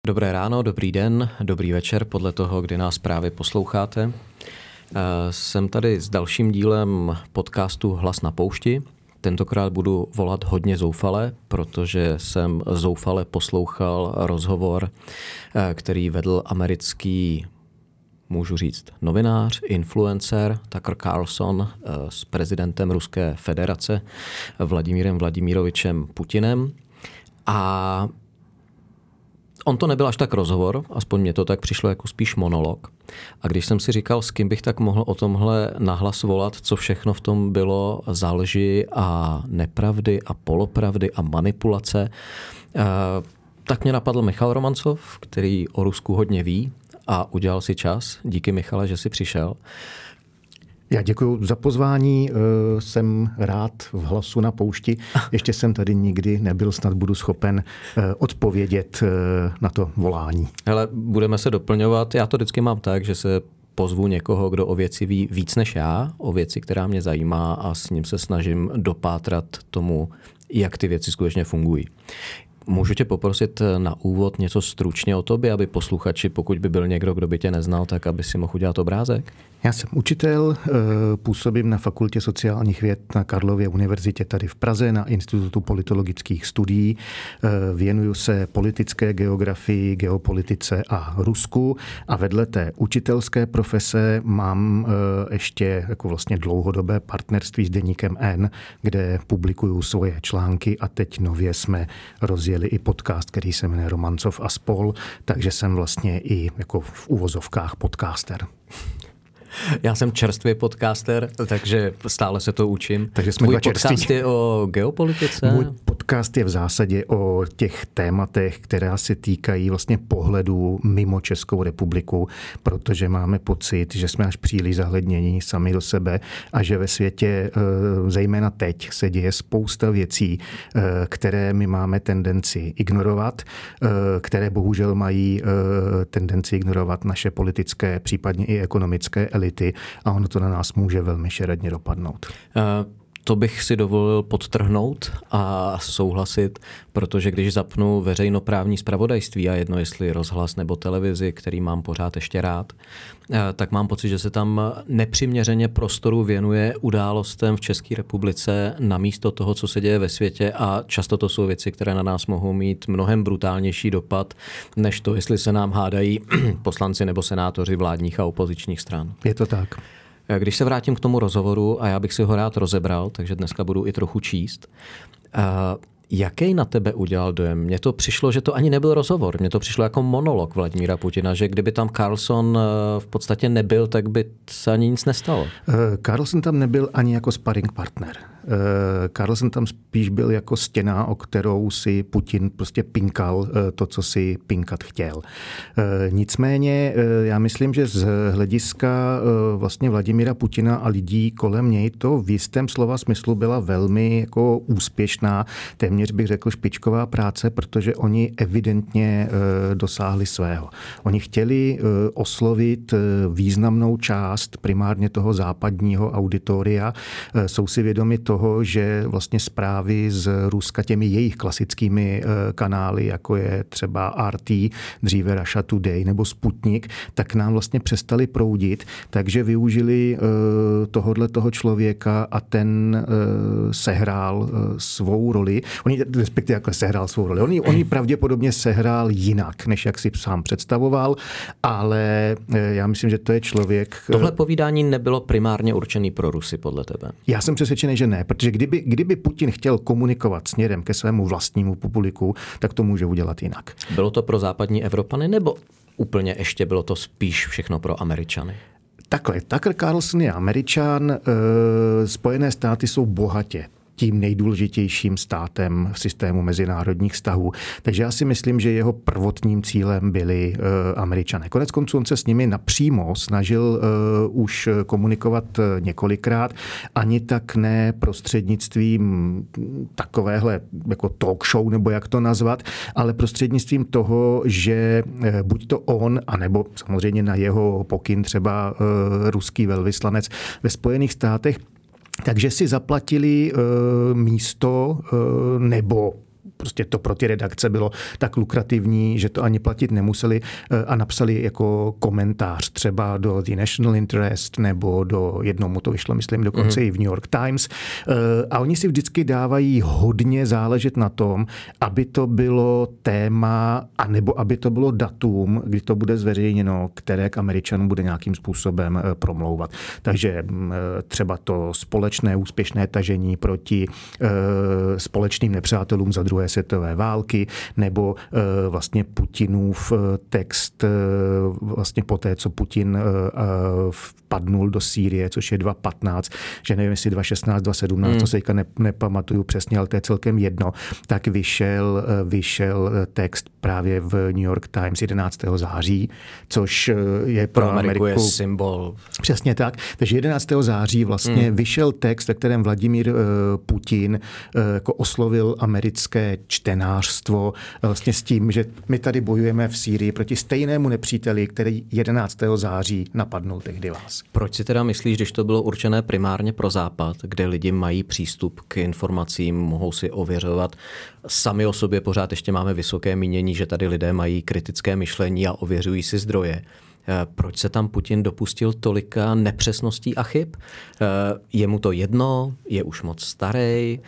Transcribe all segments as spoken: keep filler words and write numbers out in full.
Dobré ráno, dobrý den, dobrý večer, podle toho, kdy nás právě posloucháte. Jsem tady s dalším dílem podcastu Hlas na poušti. Tentokrát budu volat hodně zoufale, protože jsem zoufale poslouchal rozhovor, který vedl americký, můžu říct, novinář, influencer Tucker Carlson s prezidentem Ruské federace Vladimírem Vladimirovičem Putinem. A on to nebyl až tak rozhovor, aspoň mně to tak přišlo jako spíš monolog. A když jsem si říkal, s kým bych tak mohl o tomhle nahlas volat, co všechno v tom bylo za lži a nepravdy a polopravdy a manipulace, tak mě napadl Michal Romancov, který o Rusku hodně ví a udělal si čas. Díky, Michale, že jsi přišel. Já děkuji za pozvání, jsem rád v Hlasu na poušti. Ještě jsem tady nikdy nebyl, snad budu schopen odpovědět na to volání. Hele, budeme se doplňovat. Já to vždycky mám tak, že se pozvu někoho, kdo o věci ví víc než já, o věci, která mě zajímá a s ním se snažím dopátrat tomu, jak ty věci skutečně fungují. Můžu tě poprosit na úvod něco stručně o tobě, aby posluchači, pokud by byl někdo, kdo by tě neznal, tak aby si mohl udělat obrázek? Já jsem učitel, působím na Fakultě sociálních věd na Karlově univerzitě tady v Praze na Institutu politologických studií. Věnuju se politické geografii, geopolitice a Rusku a vedle té učitelské profese mám ještě jako vlastně dlouhodobé partnerství s deníkem N, kde publikuju svoje články a teď nově jsme rozjeli i podcast, který se jmenuje Romancov a spol, takže jsem vlastně i jako v uvozovkách podcaster. Já jsem čerstvý podcaster, takže stále se to učím. Takže jsme Tvůj podcast je o geopolitice? Můj podcast je v zásadě o těch tématech, která se týkají vlastně pohledu mimo Českou republiku, protože máme pocit, že jsme až příliš zahlednění sami do sebe a že ve světě, zejména teď, se děje spousta věcí, které my máme tendenci ignorovat, které bohužel mají tendenci ignorovat naše politické, případně i ekonomické elity a ono to na nás může velmi šeredně dopadnout. Uh, to bych si dovolil podtrhnout a souhlasit, protože když zapnu veřejnoprávní zpravodajství a jedno jestli rozhlas nebo televizi, který mám pořád ještě rád, uh, tak mám pocit, že se tam nepřiměřeně prostoru věnuje událostem v České republice namísto toho, co se děje ve světě a často to jsou věci, které na nás mohou mít mnohem brutálnější dopad, než to, jestli se nám hádají poslanci nebo senátoři vládních a opozičních stran. Je to tak. Když se vrátím k tomu rozhovoru, a já bych si ho rád rozebral, takže dneska budu i trochu číst, uh, jaký na tebe udělal dojem? Mně to přišlo, že to ani nebyl rozhovor, mně to přišlo jako monolog Vladimíra Putina, že kdyby tam Carlson v podstatě nebyl, tak by se ani nic nestalo. Uh, Carlson tam nebyl ani jako sparring partner. Carlson tam spíš byl jako stěna, o kterou si Putin prostě pinkal to, co si pinkat chtěl. Nicméně já myslím, že z hlediska vlastně Vladimíra Putina a lidí kolem něj to v jistém slova smyslu byla velmi jako úspěšná, téměř bych řekl špičková práce, protože oni evidentně dosáhli svého. Oni chtěli oslovit významnou část primárně toho západního auditoria. Jsou si vědomi toho, že vlastně zprávy z Ruska těmi jejich klasickými kanály, jako je třeba R T, dříve Russia Today nebo Sputnik, tak nám vlastně přestali proudit, takže využili tohodle toho člověka a ten sehrál svou roli. Oni respektive jakhle sehrál svou roli. On, on ji pravděpodobně sehrál jinak, než jak si sám představoval, ale já myslím, že to je člověk... Tohle povídání nebylo primárně určený pro Rusy, podle tebe? Já jsem přesvědčený, že ne, protože kdyby, kdyby Putin chtěl komunikovat směrem ke svému vlastnímu publiku, tak to může udělat jinak. Bylo to pro západní Evropany, nebo úplně ještě bylo to spíš všechno pro Američany? Takhle, Tucker Carlson je Američan, Spojené státy jsou bohatě tím nejdůležitějším státem v systému mezinárodních vztahů. Takže já si myslím, že jeho prvotním cílem byli uh, Američané. Konec konců on se s nimi napřímo snažil uh, už komunikovat několikrát, ani tak ne prostřednictvím takovéhle jako talk show, nebo jak to nazvat, ale prostřednictvím toho, že uh, buď to on, anebo samozřejmě na jeho pokyn třeba uh, ruský velvyslanec ve Spojených státech, takže si zaplatili uh, místo uh, nebo prostě to pro ty redakce bylo tak lukrativní, že to ani platit nemuseli a napsali jako komentář třeba do The National Interest nebo do jednomu to vyšlo, myslím, dokonce mm. i v New York Times. A oni si vždycky dávají hodně záležet na tom, aby to bylo téma, anebo aby to bylo datum, kdy to bude zveřejněno, které k Američanům bude nějakým způsobem promlouvat. Takže třeba to společné úspěšné tažení proti společným nepřátelům za druhé světové války, nebo vlastně Putinův text vlastně po té, co Putin vpadnul do Sýrie, což je dva patnáct, že nevím, jestli dva šestnáct, dva sedmnáct, hmm. to se teďka ne, nepamatuju přesně, ale to je celkem jedno, tak vyšel, vyšel text právě v New York Times jedenáctého září, což je pro, pro Ameriku, Ameriku je symbol. Přesně tak. Takže jedenáctého září vlastně hmm. vyšel text, ve kterém Vladimír Putin jako oslovil americké čtenářstvo vlastně s tím, že my tady bojujeme v Sýrii proti stejnému nepříteli, který jedenáctého září napadnul tehdy vás. Proč si teda myslíš, když to bylo určené primárně pro Západ, kde lidi mají přístup k informacím, mohou si ověřovat, sami o sobě pořád ještě máme vysoké mínění, že tady lidé mají kritické myšlení a ověřují si zdroje. Proč se tam Putin dopustil tolika nepřesností a chyb? Je mu to jedno? Je už moc starý?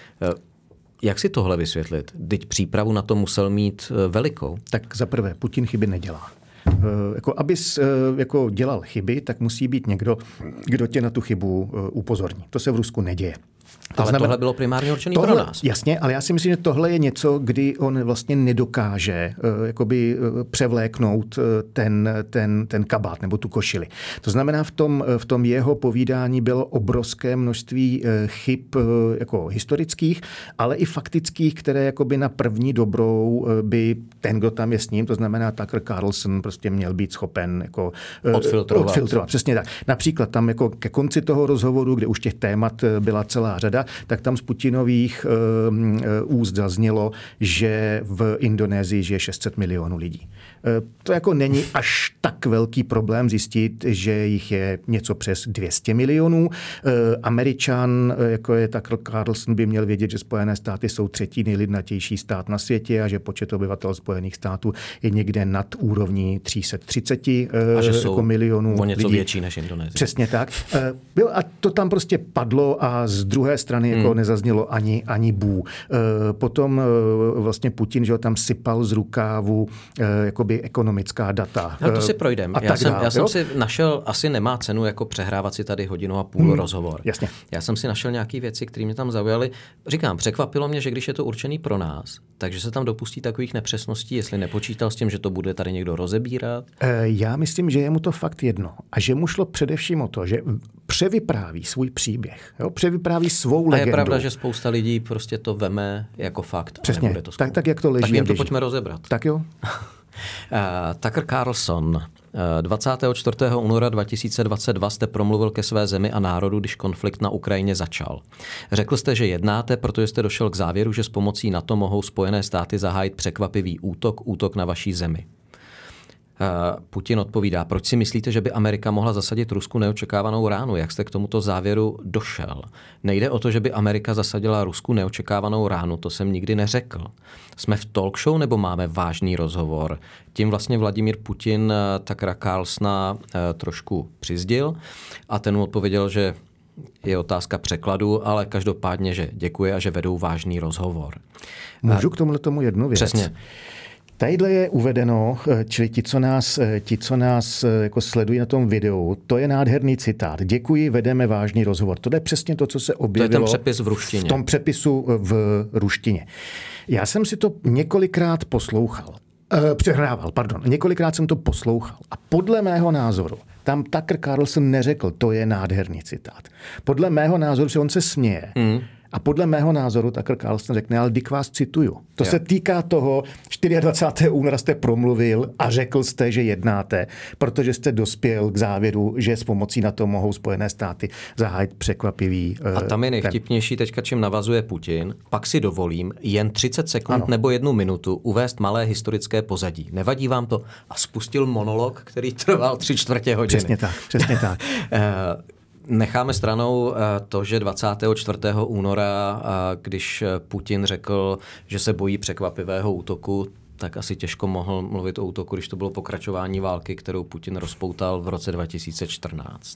Jak si tohle vysvětlit? Vždyť přípravu na to musel mít velikou. Tak za prvé, Putin chyby nedělá. Jako, abys jako dělal chyby, tak musí být někdo, kdo tě na tu chybu upozorní. To se v Rusku neděje. To ale znamená, tohle bylo primárně určené pro nás. Jasně, ale já si myslím, že tohle je něco, kdy on vlastně nedokáže uh, jakoby uh, převléknout uh, ten, ten, ten kabát nebo tu košili. To znamená, v tom, v tom jeho povídání bylo obrovské množství uh, chyb uh, jako historických, ale i faktických, které jakoby na první dobrou uh, by ten, kdo tam je s ním, to znamená Tucker Carlson, prostě měl být schopen jako, uh, odfiltrovat. odfiltrovat. Přesně tak. Například tam jako ke konci toho rozhovoru, kde už těch témat byla celá řada, tak tam z Putinových uh, úst zaznělo, že v Indonésii žije šest set milionů lidí. Uh, to jako není až tak velký problém zjistit, že jich je něco přes dvě stě milionů. Uh, Američan, uh, jako je Tucker Carlson, by měl vědět, že Spojené státy jsou třetí nejlidnatější stát na světě a že počet obyvatel Spojených států je někde nad úrovní tři sta třicet uh, a že jsou jako milionů o něco lidí. větší než Indonésie. Přesně tak. Uh, a to tam prostě padlo a z druhé strany jako hmm. nezaznělo ani, ani bů. E, potom e, vlastně Putin, že ho tam sypal z rukávu e, jakoby ekonomická data. Ale to si projdem. Já, jsem, dál, já jsem si našel, asi nemá cenu jako přehrávat si tady hodinu a půl hmm. rozhovor. Jasně. Já jsem si našel nějaké věci, které mě tam zaujaly. Říkám, překvapilo mě, že když je to určený pro nás, takže se tam dopustí takových nepřesností, jestli nepočítal s tím, že to bude tady někdo rozebírat. E, já myslím, že je mu to fakt jedno. A že mu šlo především o to, že převypráví svůj příběh. Jo? Převypráví svou legendu. A je pravda, že spousta lidí prostě to veme jako fakt. Přesně, a nebude to tak, tak jak to leží. Tak jim to pojďme rozebrat. Tak jo. uh, Tucker Carlson, uh, dvacátého čtvrtého února dva tisíce dvacet dva jste promluvil ke své zemi a národu, když konflikt na Ukrajině začal. Řekl jste, že jednáte, protože jste došel k závěru, že s pomocí NATO mohou Spojené státy zahájit překvapivý útok, útok na vaší zemi. Putin odpovídá, proč si myslíte, že by Amerika mohla zasadit Rusku neočekávanou ránu? Jak jste k tomuto závěru došel? Nejde o to, že by Amerika zasadila Rusku neočekávanou ránu, to jsem nikdy neřekl. Jsme v talk show nebo máme vážný rozhovor? Tím vlastně Vladimír Putin Tuckera Carlsona trošku přizdil a ten mu odpověděl, že je otázka překladu, ale každopádně, že děkuje a že vedou vážný rozhovor. Můžu k tomuhle tomu jednu věc? Přesně. Tadyhle je uvedeno, čili ti, co nás, ti, co nás jako sledují na tom videu, to je nádherný citát. Děkuji, vedeme vážný rozhovor. To je přesně to, co se objevilo. To je ten přepis v ruštině. V tom přepisu v ruštině. Já jsem si to několikrát poslouchal. Eh, přehrával, pardon. Několikrát jsem to poslouchal. A podle mého názoru tam Tucker Carlson neřekl, to je nádherný citát. Podle mého názoru se on se směje. Mm. A podle mého názoru Tucker Carlson řekne, ale dík vás cituju. To jo. se týká toho, dvacátého čtvrtého února jste promluvil a řekl jste, že jednáte, protože jste dospěl k závěru, že s pomocí NATO mohou Spojené státy zahájit překvapivý... A tam je nejvtipnější teďka, čím navazuje Putin. Pak si dovolím jen třicet sekund ano. nebo jednu minutu uvést malé historické pozadí. Nevadí vám to? A spustil monolog, který trval tři čtvrtě hodiny. Přesně tak, přesně tak. necháme stranou to, že dvacátého čtvrtého února, když Putin řekl, že se bojí překvapivého útoku, tak asi těžko mohl mluvit o útoku, když to bylo pokračování války, kterou Putin rozpoutal v roce dva tisíce čtrnáct.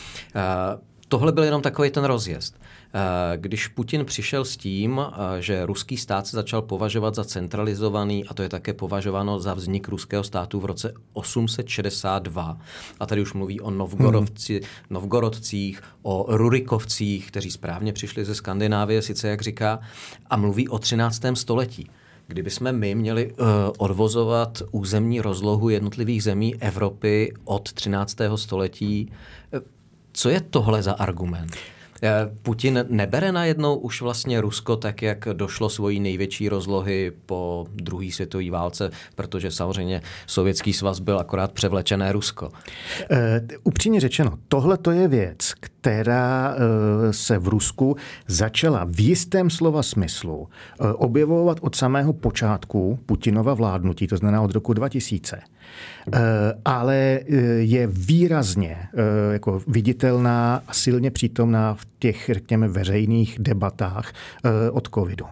Tohle byl jenom takový ten rozjezd. Když Putin přišel s tím, že ruský stát se začal považovat za centralizovaný, a to je také považováno za vznik ruského státu v roce osm set šedesát dva, a tady už mluví o Novgorodci, hmm. Novgorodcích, o Rurikovcích, kteří správně přišli ze Skandinávie, sice jak říká, a mluví o třináctém století. Kdybychom my měli uh, odvozovat územní rozlohu jednotlivých zemí Evropy od třináctého století, co je tohle za argument? Putin nebere najednou už vlastně Rusko tak, jak došlo svojí největší rozlohy po druhé světové válce, protože samozřejmě Sovětský svaz byl akorát převlečené Rusko. E, upřímně řečeno, tohle to je věc, která e, se v Rusku začala v jistém slova smyslu e, objevovat od samého počátku Putinova vládnutí, to znamená od roku dva tisíce. E, ale je výrazně e, jako viditelná a silně přítomná v těch, řekněme, veřejných debatách e, od covidu.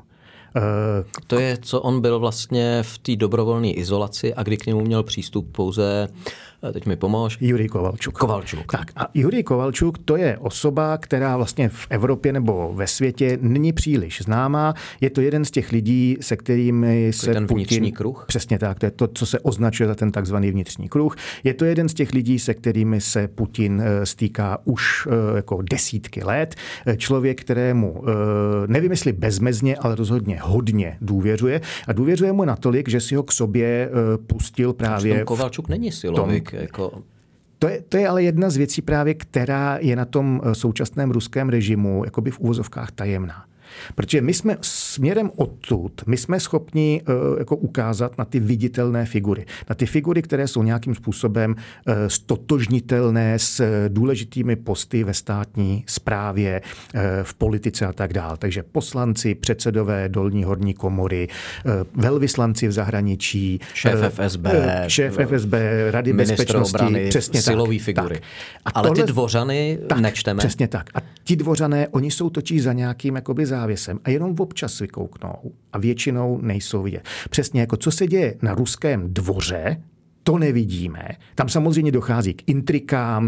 To je, co on byl vlastně v té dobrovolné izolaci a kdy k němu měl přístup pouze, teď mi pomož. Jurij Kovalčuk. Kovalčuk. Tak a Jurij Kovalčuk, to je osoba, která vlastně v Evropě nebo ve světě není příliš známá. Je to jeden z těch lidí, se kterými se ten Putin... vnitřní kruh? Přesně tak, to je to, co se označuje za ten takzvaný vnitřní kruh. Je to jeden z těch lidí, se kterými se Putin stýká už jako desítky let. Člověk, kterému nevím, jestli bezmezně, ale rozhodně hodně důvěřuje. A důvěřuje mu natolik, že si ho k sobě pustil právě... Kovalčuk není silovik. Jako... To je, to je ale jedna z věcí právě, která je na tom současném ruském režimu jakoby v úvozovkách tajemná. Protože my jsme směrem odtud, my jsme schopni uh, jako ukázat na ty viditelné figury. Na ty figury, které jsou nějakým způsobem uh, stotožnitelné s důležitými posty ve státní správě, uh, v politice a tak dále. Takže poslanci, předsedové dolní horní komory, uh, velvyslanci v zahraničí, šéf F S B, uh, šéf F S B, Rady bezpečnosti, obrany, přesně silový tak, figury. Tak. Ale tohle, ty dvořany tak, nečteme. Přesně tak. A ti dvořané, oni jsou totiž za nějakým jakoby závěsem a jenom občas vykouknou a většinou nejsou vidět. Přesně jako co se děje na ruském dvoře, to nevidíme. Tam samozřejmě dochází k intrikám,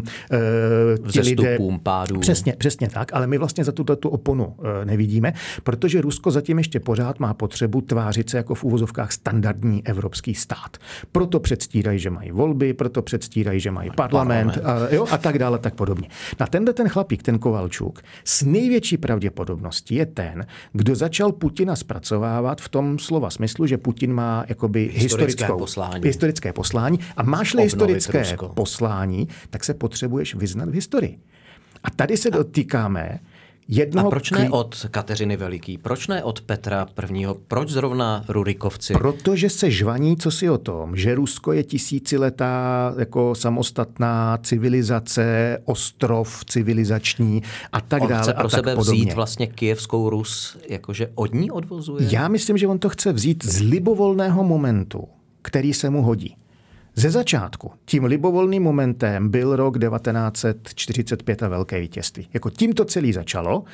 vzestupům, pádům. Přesně, přesně tak, ale my vlastně za tuto tu oponu nevidíme, protože Rusko zatím ještě pořád má potřebu tvářit se jako v úvozovkách standardní evropský stát. Proto předstírají, že mají volby, proto předstírají, že mají parlament, parlament. A, jo, a tak dále, tak podobně. Na tenhle ten chlapík, ten Kovalčuk, s největší pravděpodobností je ten, kdo začal Putina zpracovávat v tom slova smyslu, že Putin má jakoby historické poslání. historické poslání. A máš-li historické Rusko. poslání, tak se potřebuješ vyznat v historii. A tady se dotýkáme jednoho... A proč ne od Kateřiny Veliký? Proč ne od Petra prvního? Proč zrovna Rurikovci? Protože se žvaní cosi o tom, že Rusko je tisíciletá jako samostatná civilizace, ostrov civilizační a tak on dále. On chce pro a tak sebe podobně. vzít vlastně Kyjevskou Rus, jakože od ní odvozuje? Já myslím, že on to chce vzít z libovolného momentu, který se mu hodí. Ze začátku tím libovolným momentem byl rok devatenáct set čtyřicet pět a velké vítězství. Jako tím to celé začalo,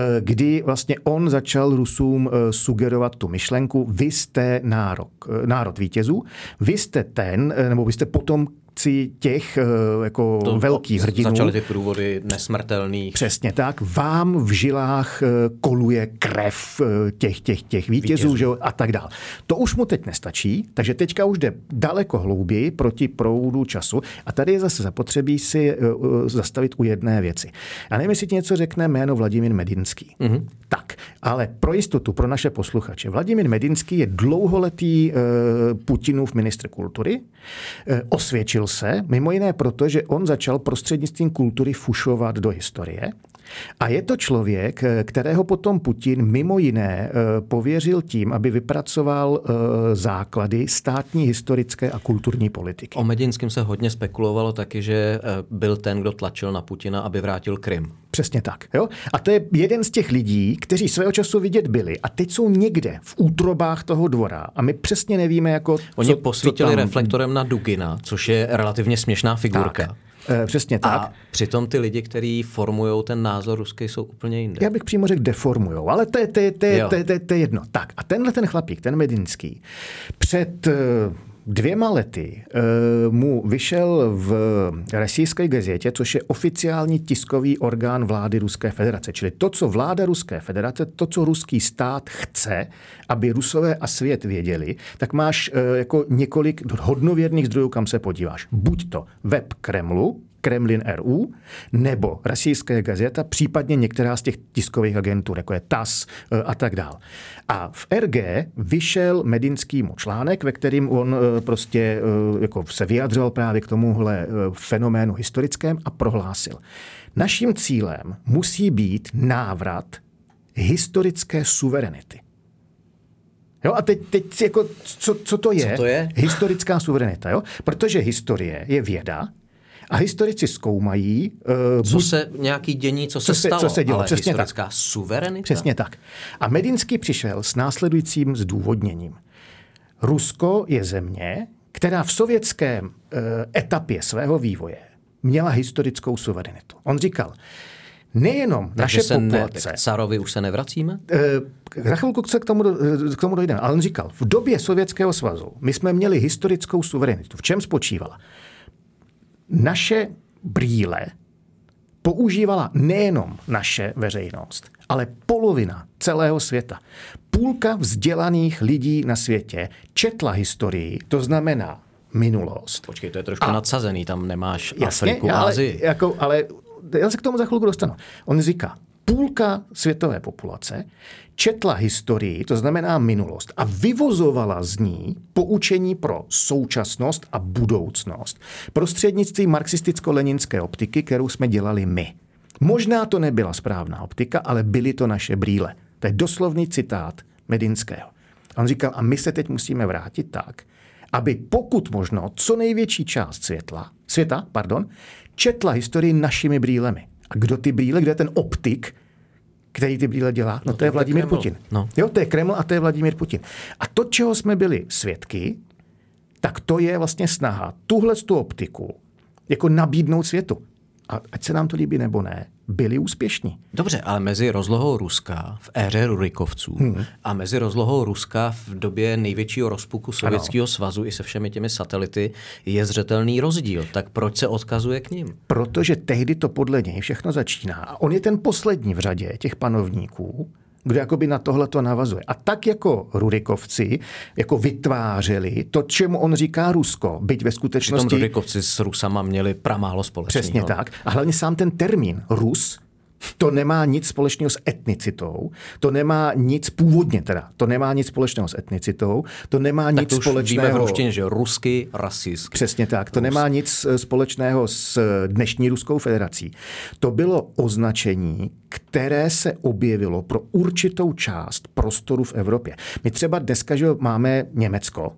kdy vlastně on začal Rusům sugerovat tu myšlenku, vy jste národ, národ vítězů, vy jste ten, nebo vy jste potom těch jako to, velkých hrdinů. Začaly ty průvody nesmrtelných. Přesně tak. Vám v žilách koluje krev těch, těch, těch vítězů, vítězů. Že, a tak dále. To už mu teď nestačí, takže teďka už jde daleko hlouběji proti proudu času a tady je zase zapotřebí si zastavit u jedné věci. Já nevím, jestli ti něco řekne jméno Vladimír Medinský. Mm-hmm. Tak, ale pro jistotu, pro naše posluchače. Vladimír Medinský je dlouholetý Putinův ministr kultury, osvědčil se, mimo jiné proto, že on začal prostřednictvím kultury fušovat do historie. A je to člověk, kterého potom Putin mimo jiné pověřil tím, aby vypracoval základy státní, historické a kulturní politiky. O Medinském se hodně spekulovalo taky, že byl ten, kdo tlačil na Putina, aby vrátil Krym. Přesně tak. Jo? A to je jeden z těch lidí, kteří svého času vidět byli a teď jsou někde v útrobách toho dvora a my přesně nevíme, jako... Oni co, posvítili co tam... reflektorem na Dugina, což je relativně směšná figurka. Tak. E, přesně tak. A přitom ty lidi, kteří formují ten názor ruský, jsou úplně jinde. Já bych přímo řekl deformujou, ale to je, to je, to je, to je, to je, to je jedno. Tak a tenhle ten chlapík, ten Medinský, před dvěma lety mu vyšel v Rossijské gazetě, což je oficiální tiskový orgán vlády Ruské federace. Čili to, co vláda Ruské federace, to, co ruský stát chce, aby Rusové a svět věděli, tak máš jako několik hodnověrných zdrojů, kam se podíváš. Buď to web Kremlu, Kremlin R U, nebo Rossijská gazeta, případně některá z těch tiskových agentur, jako je T A S a tak dál. A v R G vyšel Medinskýmu článek, ve kterým on prostě jako se vyjadřoval právě k tomuhle fenoménu historickém a prohlásil. Naším cílem musí být návrat historické suverenity. Jo, a teď, teď jako, co, co to je? Co to je? Historická suverenita, jo? Protože historie je věda, a historici zkoumají... Uh, co buď, se, nějaký dění, co se, co se stalo, co se dělo, ale přesně historická tak. suverenita? Přesně tak. A Medinský přišel s následujícím zdůvodněním. Rusko je země, která v sovětském uh, etapě svého vývoje měla historickou suverenitu. On říkal, nejenom Takže naše se populace... Ne, k carovi už se nevracíme? Uh, za chvilku se k tomu, k tomu dojdeme. Ale on říkal, v době Sovětského svazu my jsme měli historickou suverenitu. V čem spočívala? Naše brýle používala nejenom naše veřejnost, ale polovina celého světa. Půlka vzdělaných lidí na světě četla historii, to znamená minulost. Počkej, to je trošku a, nadsazený, tam nemáš jasně, Afriku, ale, Asii. Jako, ale já se k tomu za chvilku dostanu. On říká, půlka světové populace četla historii, to znamená minulost, a vyvozovala z ní poučení pro současnost a budoucnost prostřednictvím marxisticko-leninské optiky, kterou jsme dělali my. Možná to nebyla správná optika, ale byly to naše brýle. To je doslovný citát Medinského. On říkal, a my se teď musíme vrátit tak, aby pokud možno co největší část světla, světa pardon, četla historii našimi brýlemi. A kdo ty brýle, kdo je ten optik, který ty brýle dělá? No, no to je Vladimír Kreml. Putin. No. Jo, to je Kreml a to je Vladimír Putin. A to, čeho jsme byli svědky, tak to je vlastně snaha tuhle tu optiku jako nabídnout světu. A ať se nám to líbí nebo ne, byli úspěšní. Dobře, ale mezi rozlohou Ruska v éře Rurikovců hmm. a mezi rozlohou Ruska v době největšího rozpuku Sovětského svazu i se všemi těmi satelity je zřetelný rozdíl. Tak proč se odkazuje k ním? Protože tehdy to podle něj všechno začíná. A on je ten poslední v řadě těch panovníků, kdo jakoby na tohle to navazuje. A tak jako Rurikovci jako vytvářeli to, čemu on říká Rusko, byť ve skutečnosti... Přitom Rurikovci s Rusama měli pramálo společného. Přesně tak. A hlavně sám ten termín Rus, to nemá nic společného s etnicitou, to nemá nic původně teda, to nemá nic společného s etnicitou, to nemá tak nic to už společného... víme v ruštině, že ruský rasist. Přesně tak, to Rus. Nemá nic společného s dnešní Ruskou federací. To bylo označení, které se objevilo pro určitou část prostoru v Evropě. My třeba dneska, že máme Německo,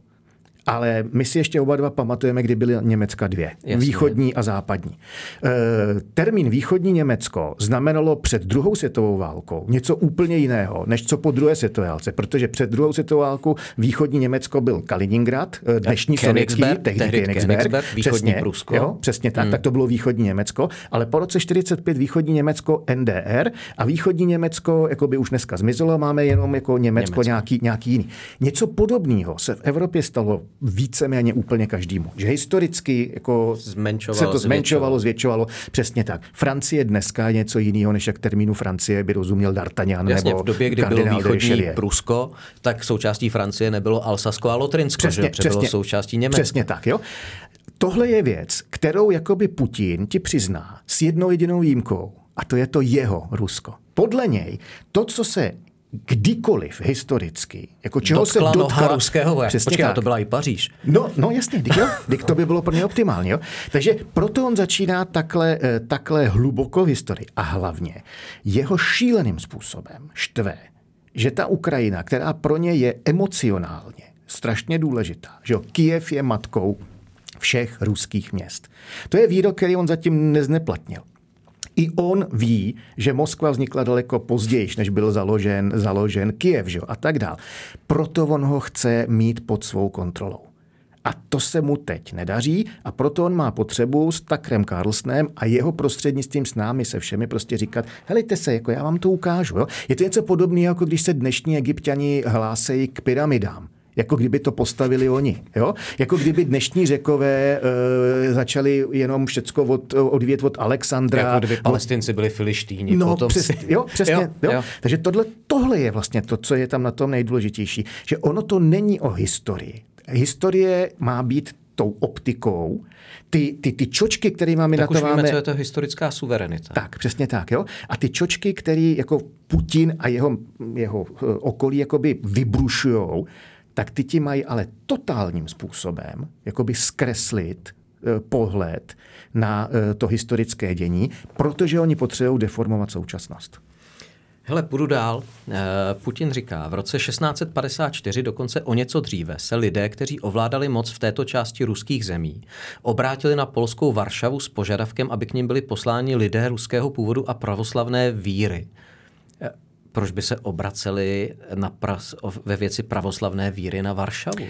ale my si ještě oba dva pamatujeme, kdy byly Německa dvě. Jasně. Východní a západní. E, termín východní Německo znamenalo před druhou světovou válkou něco úplně jiného, než co po druhé světové válce. Protože před druhou světovou válkou východní Německo byl Kaliningrad, dnešní sovětský, tehdy Königsberg, východní Prusko. Jo, přesně tak, hmm. tak to bylo východní Německo. Ale po roce čtyřicet pět východní Německo N D R a východní Německo jako by už dneska zmizelo, máme jenom jako Německo, Německo. Nějaký, nějaký jiný. Něco podobného se v Evropě stalo víceméně úplně každému. Že historicky jako se to zmenšovalo, zvětšovalo. Přesně tak. Francie dneska je něco jiného, než jak termínu Francie by rozuměl D'Artagnan. Jasně, nebo v době, kdy bylo východní Prusko, tak součástí Francie nebylo Alsasko a Lotrinsko, přesně, že přesně, bylo součástí Německa. Přesně tak, jo. Tohle je věc, kterou jakoby Putin ti přizná s jednou jedinou výjimkou. A to je to jeho Rusko. Podle něj to, co se kdykoliv historicky, jako čeho dotkla se dotkla... noha ruského vojáka. Počkej, tak. To byla i Paříž. No, no jasně, dík, jo, dík, to by bylo pro ně optimální. Jo? Takže proto on začíná takhle, takhle hluboko v historii. A hlavně jeho šíleným způsobem štve, že ta Ukrajina, která pro ně je emocionálně strašně důležitá, že jo, Kyjev je matkou všech ruských měst. To je výrok, který on zatím nezneplatnil. I on ví, že Moskva vznikla daleko později, než byl založen, založen Kyjev, že? A tak dál. Proto on ho chce mít pod svou kontrolou. A to se mu teď nedaří a proto on má potřebu s Tuckerem Carlsonem a jeho prostřednictvím s námi se všemi prostě říkat, helejte se, jako já vám to ukážu. Jo? Je to něco podobného, jako když se dnešní Egypťani hlásejí k pyramidám. Jako kdyby to postavili oni. Jo? Jako kdyby dnešní Řekové e, začali jenom všecko od, odvět od Alexandra. Jako kdyby Palestinci byli Filištýni. No, potom přes, si... jo, přesně. jo, jo. Jo. Takže tohle, tohle je vlastně to, co je tam na tom nejdůležitější. Že ono to není o historii. Historie má být tou optikou. Ty, ty, ty čočky, které máme tak na to už víme, máme... co je to historická suverenita. Tak, přesně tak. Jo? A ty čočky, které jako Putin a jeho, jeho okolí jakoby vybrušujou, tak ty ti mají ale totálním způsobem jakoby zkreslit e, pohled na e, to historické dění, protože oni potřebují deformovat současnost. Hele, půjdu dál. Putin říká, v roce šestnáct padesát čtyři, dokonce o něco dříve, se lidé, kteří ovládali moc v této části ruských zemí, obrátili na polskou Varšavu s požadavkem, aby k nim byli posláni lidé ruského původu a pravoslavné víry. Proč by se obraceli na pras, ve věci pravoslavné víry na Varšavu?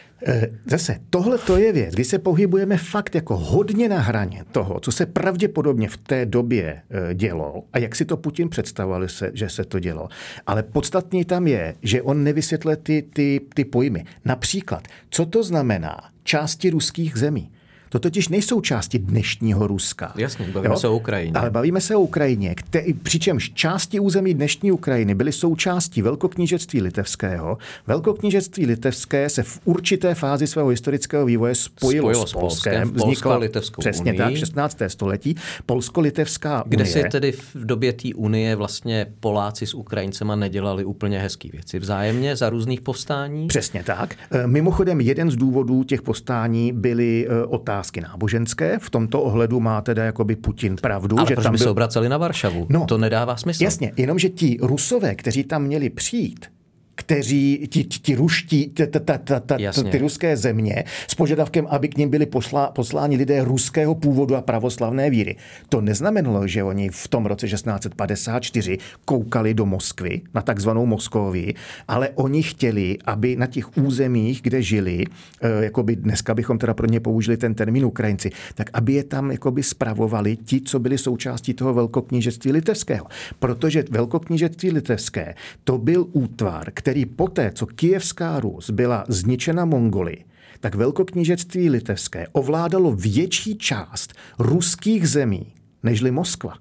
Zase, tohle to je věc, kdy se pohybujeme fakt jako hodně na hraně toho, co se pravděpodobně v té době dělo a jak si to Putin představoval, že se to dělo. Ale podstatný tam je, že on nevysvětluje ty, ty, ty pojmy. Například, co to znamená části ruských zemí? To totiž nejsou části dnešního Ruska. Jasně, bavíme jo? se o Ukrajině. Ale bavíme se o Ukrajině, který, přičemž části území dnešní Ukrajiny byly součástí Velkoknížectví litevského. Velkoknížectví litevské se v určité fázi svého historického vývoje spojilo, spojilo s Polskem. Vznikla Polsko-litevskou přesně unii. tak, šestnácté století. Polsko-litevská Kde unie. si tedy v době té unie vlastně Poláci s Ukrajincema nedělali úplně hezký věci vzájemně za různých povstání? Přesně tak. Mimochodem jeden z důvodů těch povstání byly otázky náboženské. V tomto ohledu má teda jakoby Putin pravdu. Ale že proč tam by byl... se obraceli na Varšavu? No, to nedává smysl. Jasně, jenomže ti Rusové, kteří tam měli přijít, kteří, ti, ti, ti ruští, ta, ta, ta, ta, ty ruské země s požadavkem, aby k nim byli posla, posláni lidé ruského původu a pravoslavné víry. To neznamenalo, že oni v tom roce šestnáct padesát čtyři koukali do Moskvy, na takzvanou Moskovii, ale oni chtěli, aby na těch územích, kde žili, eh, jakoby dneska bychom teda pro ně použili ten termín Ukrajinci, tak aby je tam jakoby spravovali ti, co byli součástí toho Velkoknížectví litevského. Protože Velkoknížectví litevské to byl útvar, který který poté, co Kyjevská Rus byla zničena Mongoly, tak Velkoknížectví litevské ovládalo větší část ruských zemí, nežli Moskva.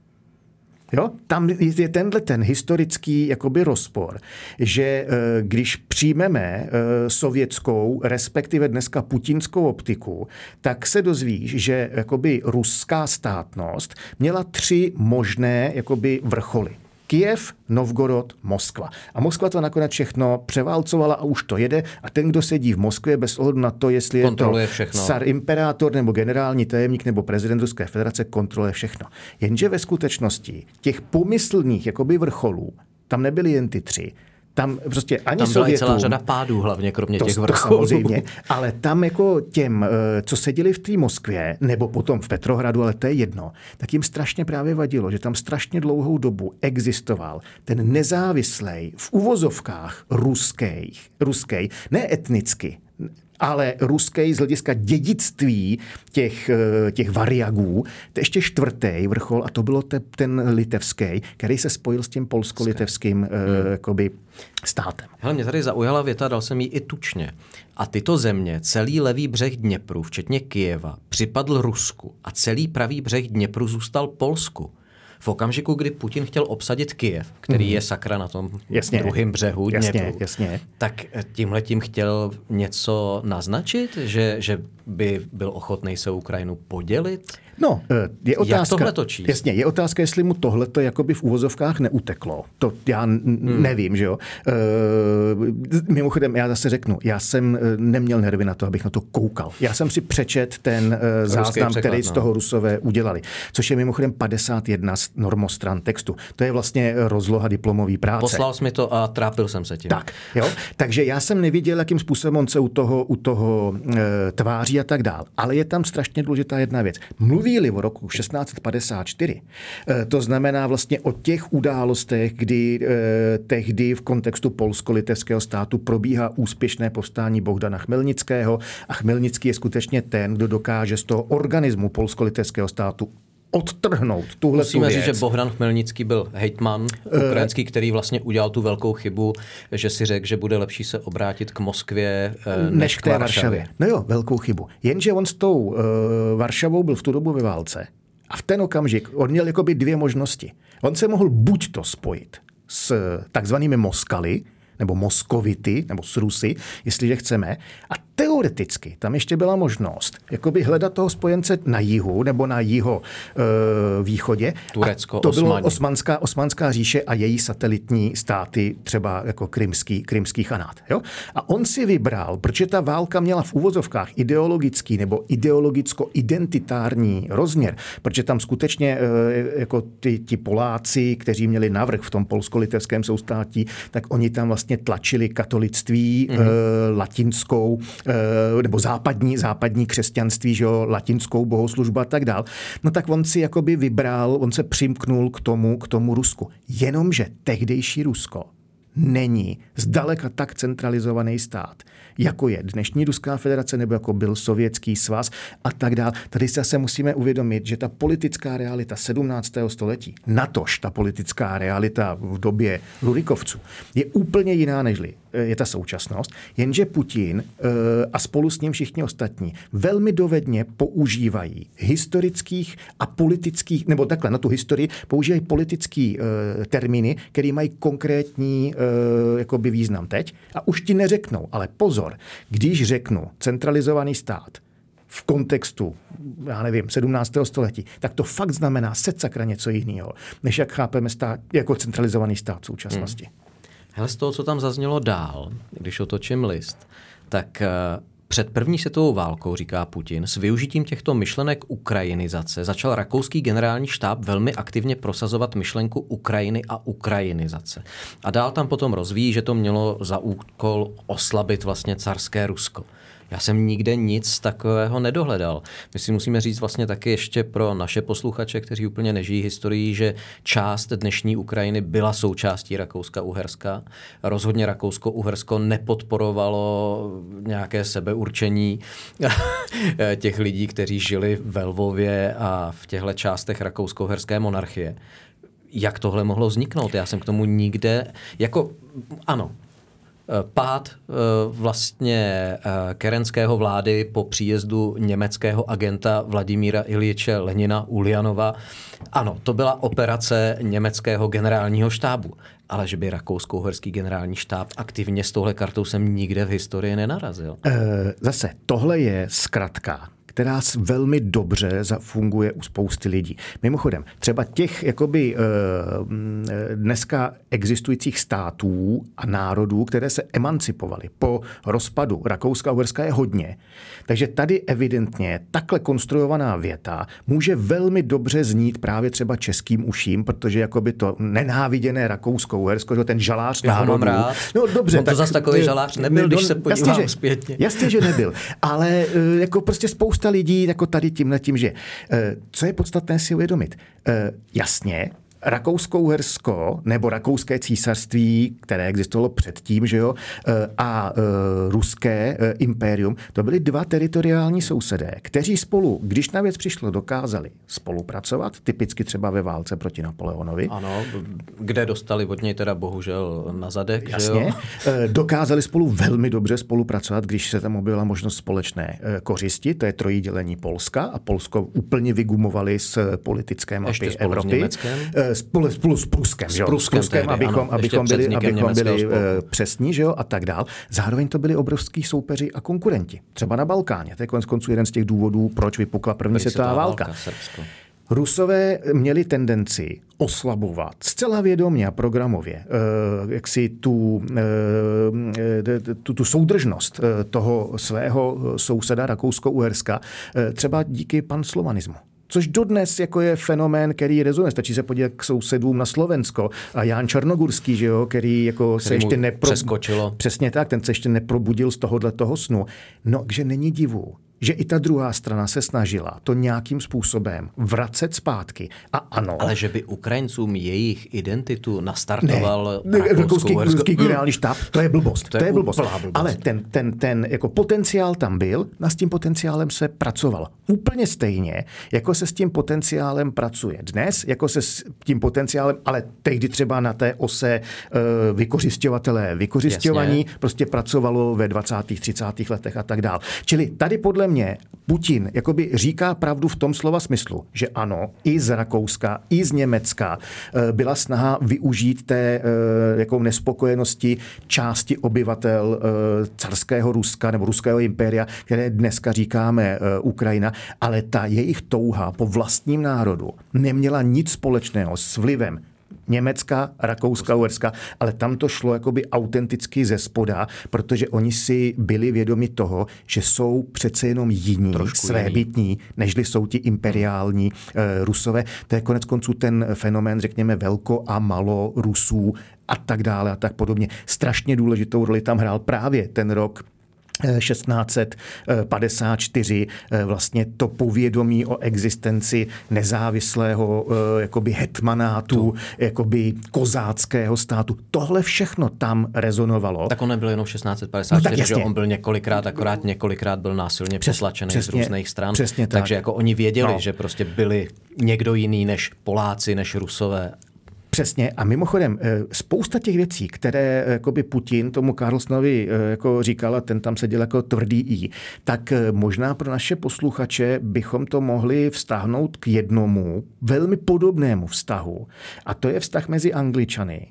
Jo? Tam je tenhle ten historický jakoby rozpor, že když přijmeme sovětskou, respektive dneska putinskou optiku, tak se dozvíš, že jakoby ruská státnost měla tři možné jakoby vrcholy. Kyjev, Novgorod, Moskva. A Moskva to nakonec všechno převálcovala a už to jede. A ten, kdo sedí v Moskvě, bez ohledu na to, jestli je kontroluje to všechno. car imperator nebo generální tajemník nebo prezident Ruské federace, kontroluje všechno. Jenže ve skutečnosti těch pomyslných jakoby vrcholů tam nebyly jen ty tři. Tam prostě ani tam byla Sovětům, celá řada pádů, hlavně kromě to, těch to vrcholů. samozřejmě, ale tam jako těm, co seděli v té Moskvě, nebo potom v Petrohradu, ale to je jedno, tak jim strašně právě vadilo, že tam strašně dlouhou dobu existoval ten nezávislej, v uvozovkách ruskej, ruskej, ne etnicky, ale ruský z hlediska dědictví těch, těch variagů, to ještě čtvrtý vrchol a to bylo te, ten litevský, který se spojil s tím polsko-litevským hmm. jakoby, státem. Hele, mě tady zaujala věta, dal jsem jí i tučně. A tyto země, celý levý břeh Dněpru, včetně Kyjeva, připadl Rusku a celý pravý břeh Dněpru zůstal Polsku. V okamžiku, kdy Putin chtěl obsadit Kyjev, který mm. je sakra na tom jasně, druhém břehu Dněpru, jasně, jasně. tak tímhletím chtěl něco naznačit, že, že by byl ochotný se Ukrajinu podělit? No, je otázka, jak tohle to číst? Jasně, je otázka, jestli mu tohleto jakoby v úvozovkách neuteklo. To já n- hmm. nevím, že jo. E, mimochodem, já zase řeknu, já jsem neměl nervy na to, abych na to koukal. Já jsem si přečet ten e, záznam, překlad, který no. z toho Rusové udělali, což je mimochodem padesát jedna normostran textu. To je vlastně rozloha diplomový práce. Poslal jsi mi to a trápil jsem se tím. Tak, jo. Takže já jsem neviděl, jakým způsobem on se u toho, u toho e, tváří daří a tak dál. Ale je tam strašně důležitá jedna věc. Mluví-li o roku šestnáct padesát čtyři, to znamená vlastně o těch událostech, kdy eh, tehdy v kontextu polsko-litevského státu probíhá úspěšné povstání Bohdana Chmelnického a Chmelnický je skutečně ten, kdo dokáže z toho organismu polsko-litevského státu odtrhnout tuhle Musíme věc. říct, že Bohdan Chmelnický byl hejtman ukrajinský, který vlastně udělal tu velkou chybu, že si řekl, že bude lepší se obrátit k Moskvě než, než k té Varšavě. Varšavě. No jo, velkou chybu. Jenže on s tou uh, Varšavou byl v tu dobu ve válce a v ten okamžik on měl jakoby dvě možnosti. On se mohl buď to spojit s takzvanými Moskaly, nebo Moskovity, nebo s Rusy, jestliže chceme. A teoreticky tam ještě byla možnost jakoby hledat toho spojence na jihu nebo na jiho e, východě. Turecko, a to Osmani. bylo osmanská, osmanská říše a její satelitní státy, třeba jako krymský, krymský chanát. Jo? A on si vybral, protože ta válka měla v úvozovkách ideologický nebo ideologicko-identitární rozměr, protože tam skutečně e, jako ty, ti Poláci, kteří měli navrch v tom polsko-litevském soustátí, tak oni tam vlastně tlačili katolictví, mm-hmm. e, latinskou, e, nebo západní, západní křesťanství, že jo, latinskou bohoslužbu a tak dál. No tak on si jakoby vybral, on se přimknul k tomu, k tomu Rusku. Jenomže tehdejší Rusko není zdaleka tak centralizovaný stát, jako je dnešní Ruská federace nebo jako byl Sovětský svaz a tak dál. Tady se zase musíme uvědomit, že ta politická realita sedmnáctého století, natož ta politická realita v době Rurikovců, je úplně jiná nežli je ta současnost, jenže Putin a spolu s ním všichni ostatní velmi dovedně používají historických a politických, nebo takhle na tu historii, používají politický termíny, které mají konkrétní jakoby význam teď a už ti neřeknou, ale pozor, když řeknu centralizovaný stát v kontextu, já nevím, sedmnáctého století, tak to fakt znamená secakra něco jiného, než jak chápeme stát, jako centralizovaný stát v současnosti. Hmm. Hele, z toho, co tam zaznělo dál, když otočím list, tak před první světovou válkou, říká Putin, s využitím těchto myšlenek ukrajinizace začal rakouský generální štáb velmi aktivně prosazovat myšlenku Ukrajiny a ukrajinizace. A dál tam potom rozvíjí, že to mělo za úkol oslabit vlastně carské Rusko. Já jsem nikde nic takového nedohledal. My si musíme říct vlastně taky ještě pro naše posluchače, kteří úplně nežijí historií, že část dnešní Ukrajiny byla součástí Rakouska-Uherska. Rozhodně Rakousko-Uhersko nepodporovalo nějaké sebeurčení těch lidí, kteří žili ve Lvově a v těchto částech Rakousko-Uherské monarchie. Jak tohle mohlo vzniknout? Já jsem k tomu nikde... Jako, ano, pád vlastně kerenského vlády po příjezdu německého agenta Vladimíra Iljiče Lenina Uljanova. Ano, to byla operace německého generálního štábu, ale že by rakousko-uherský generální štáb aktivně s touhle kartou jsem nikde v historii nenarazil. Zase, tohle je zkratka, která velmi dobře funguje u spousty lidí. Mimochodem, třeba těch jakoby dneska existujících států a národů, které se emancipovaly po rozpadu Rakouska a Uherska je hodně. Takže tady evidentně takhle konstruovaná věta může velmi dobře znít právě třeba českým uším, protože jakoby to nenáviděné Rakousko-Uhersko, ten žalář národů. Já mám rád. No dobře. On to tak, zase takový žalář nebyl, když se podívám jasně, že, zpětně. Jasně, že nebyl. Ale jako prostě spousta lidí jako tady tímhletím, že co je podstatné si uvědomit. Jasně, Rakousko-Uhersko nebo Rakouské císařství, které existovalo předtím, že jo, a ruské impérium, to byly dva teritoriální sousedé, kteří spolu, když na věc přišlo, dokázali spolupracovat, typicky třeba ve válce proti Napoleonovi. Ano, kde dostali od něj teda bohužel na zadek. Jasně. Že jo? Dokázali spolu velmi dobře spolupracovat, když se tam objevila možnost společné kořisti, to je trojí dělení Polska a Polsko úplně vygumovali z politické mapy Evropy. Spolu, spolu s Pruskem, s Pruskem, s Pruskem tehdy, abychom, ano, abychom byli, abychom byli spolku. přesní, že jo, a tak dál. Zároveň to byli obrovský soupeři a konkurenti. Třeba na Balkáně. To je konec konců jeden z těch důvodů, proč vypukla první světová válka. válka Rusové měli tendenci oslabovat zcela vědomě a programově jak si tu, tu, tu soudržnost toho svého souseda Rakousko-Uherska třeba díky panslovanismu. Což dodnes jako je fenomén, který rezonuje. Stačí se podívat k sousedům na Slovensko a Ján Černogurský, že jo, který jako který se ještě nepro... přeskočilo. Přesně tak, ten se ještě neprobudil z tohohle toho snu. No, že není divu, že i ta druhá strana se snažila to nějakým způsobem vracet zpátky. A ano. Ale že by Ukrajincům jejich identitu nastartoval ne, rakouský, rakouský generální štáb, to je blbost. To, to je blbost. blbost. Ale ten, ten, ten jako potenciál tam byl, a s tím potenciálem se pracovalo. Úplně stejně, jako se s tím potenciálem pracuje dnes, jako se s tím potenciálem, ale tehdy třeba na té ose uh, vykořisťovatelé, vykořisťovaní, prostě pracovalo ve dvacátých třicátých letech a tak dál. Čili tady podle mě Putin jakoby říká pravdu v tom slova smyslu, že ano, i z Rakouska, i z Německa byla snaha využít té jako nespokojenosti části obyvatel carského Ruska nebo ruského impéria, které dneska říkáme Ukrajina, ale ta jejich touha po vlastním národu neměla nic společného s vlivem Německa, Rakouska, Uherska, ale tam to šlo jakoby autenticky ze spoda, protože oni si byli vědomi toho, že jsou přece jenom jiní, trošku svébytní, nežli jsou ti imperiální e, Rusové. To je konec konců ten fenomén, řekněme, velko a malo Rusů a tak dále a tak podobně. Strašně důležitou roli tam hrál právě ten rok šestnáct padesát čtyři, vlastně to povědomí o existenci nezávislého jakoby hetmanátu, jakoby kozáckého státu. Tohle všechno tam rezonovalo. Tak on nebyl jenom šestnáct padesát čtyři, no, že on byl několikrát, akorát několikrát byl násilně Přes, potlačený přesně, z různých stran. Přesně tak. Takže jako oni věděli, no. že prostě byli někdo jiný než Poláci, než Rusové. Přesně. A mimochodem, spousta těch věcí, které jakoby Putin tomu Carlsonovi jako říkal, a ten tam seděl jako tvrdý i, tak možná pro naše posluchače bychom to mohli vztáhnout k jednomu velmi podobnému vztahu. A to je vztah mezi Angličany,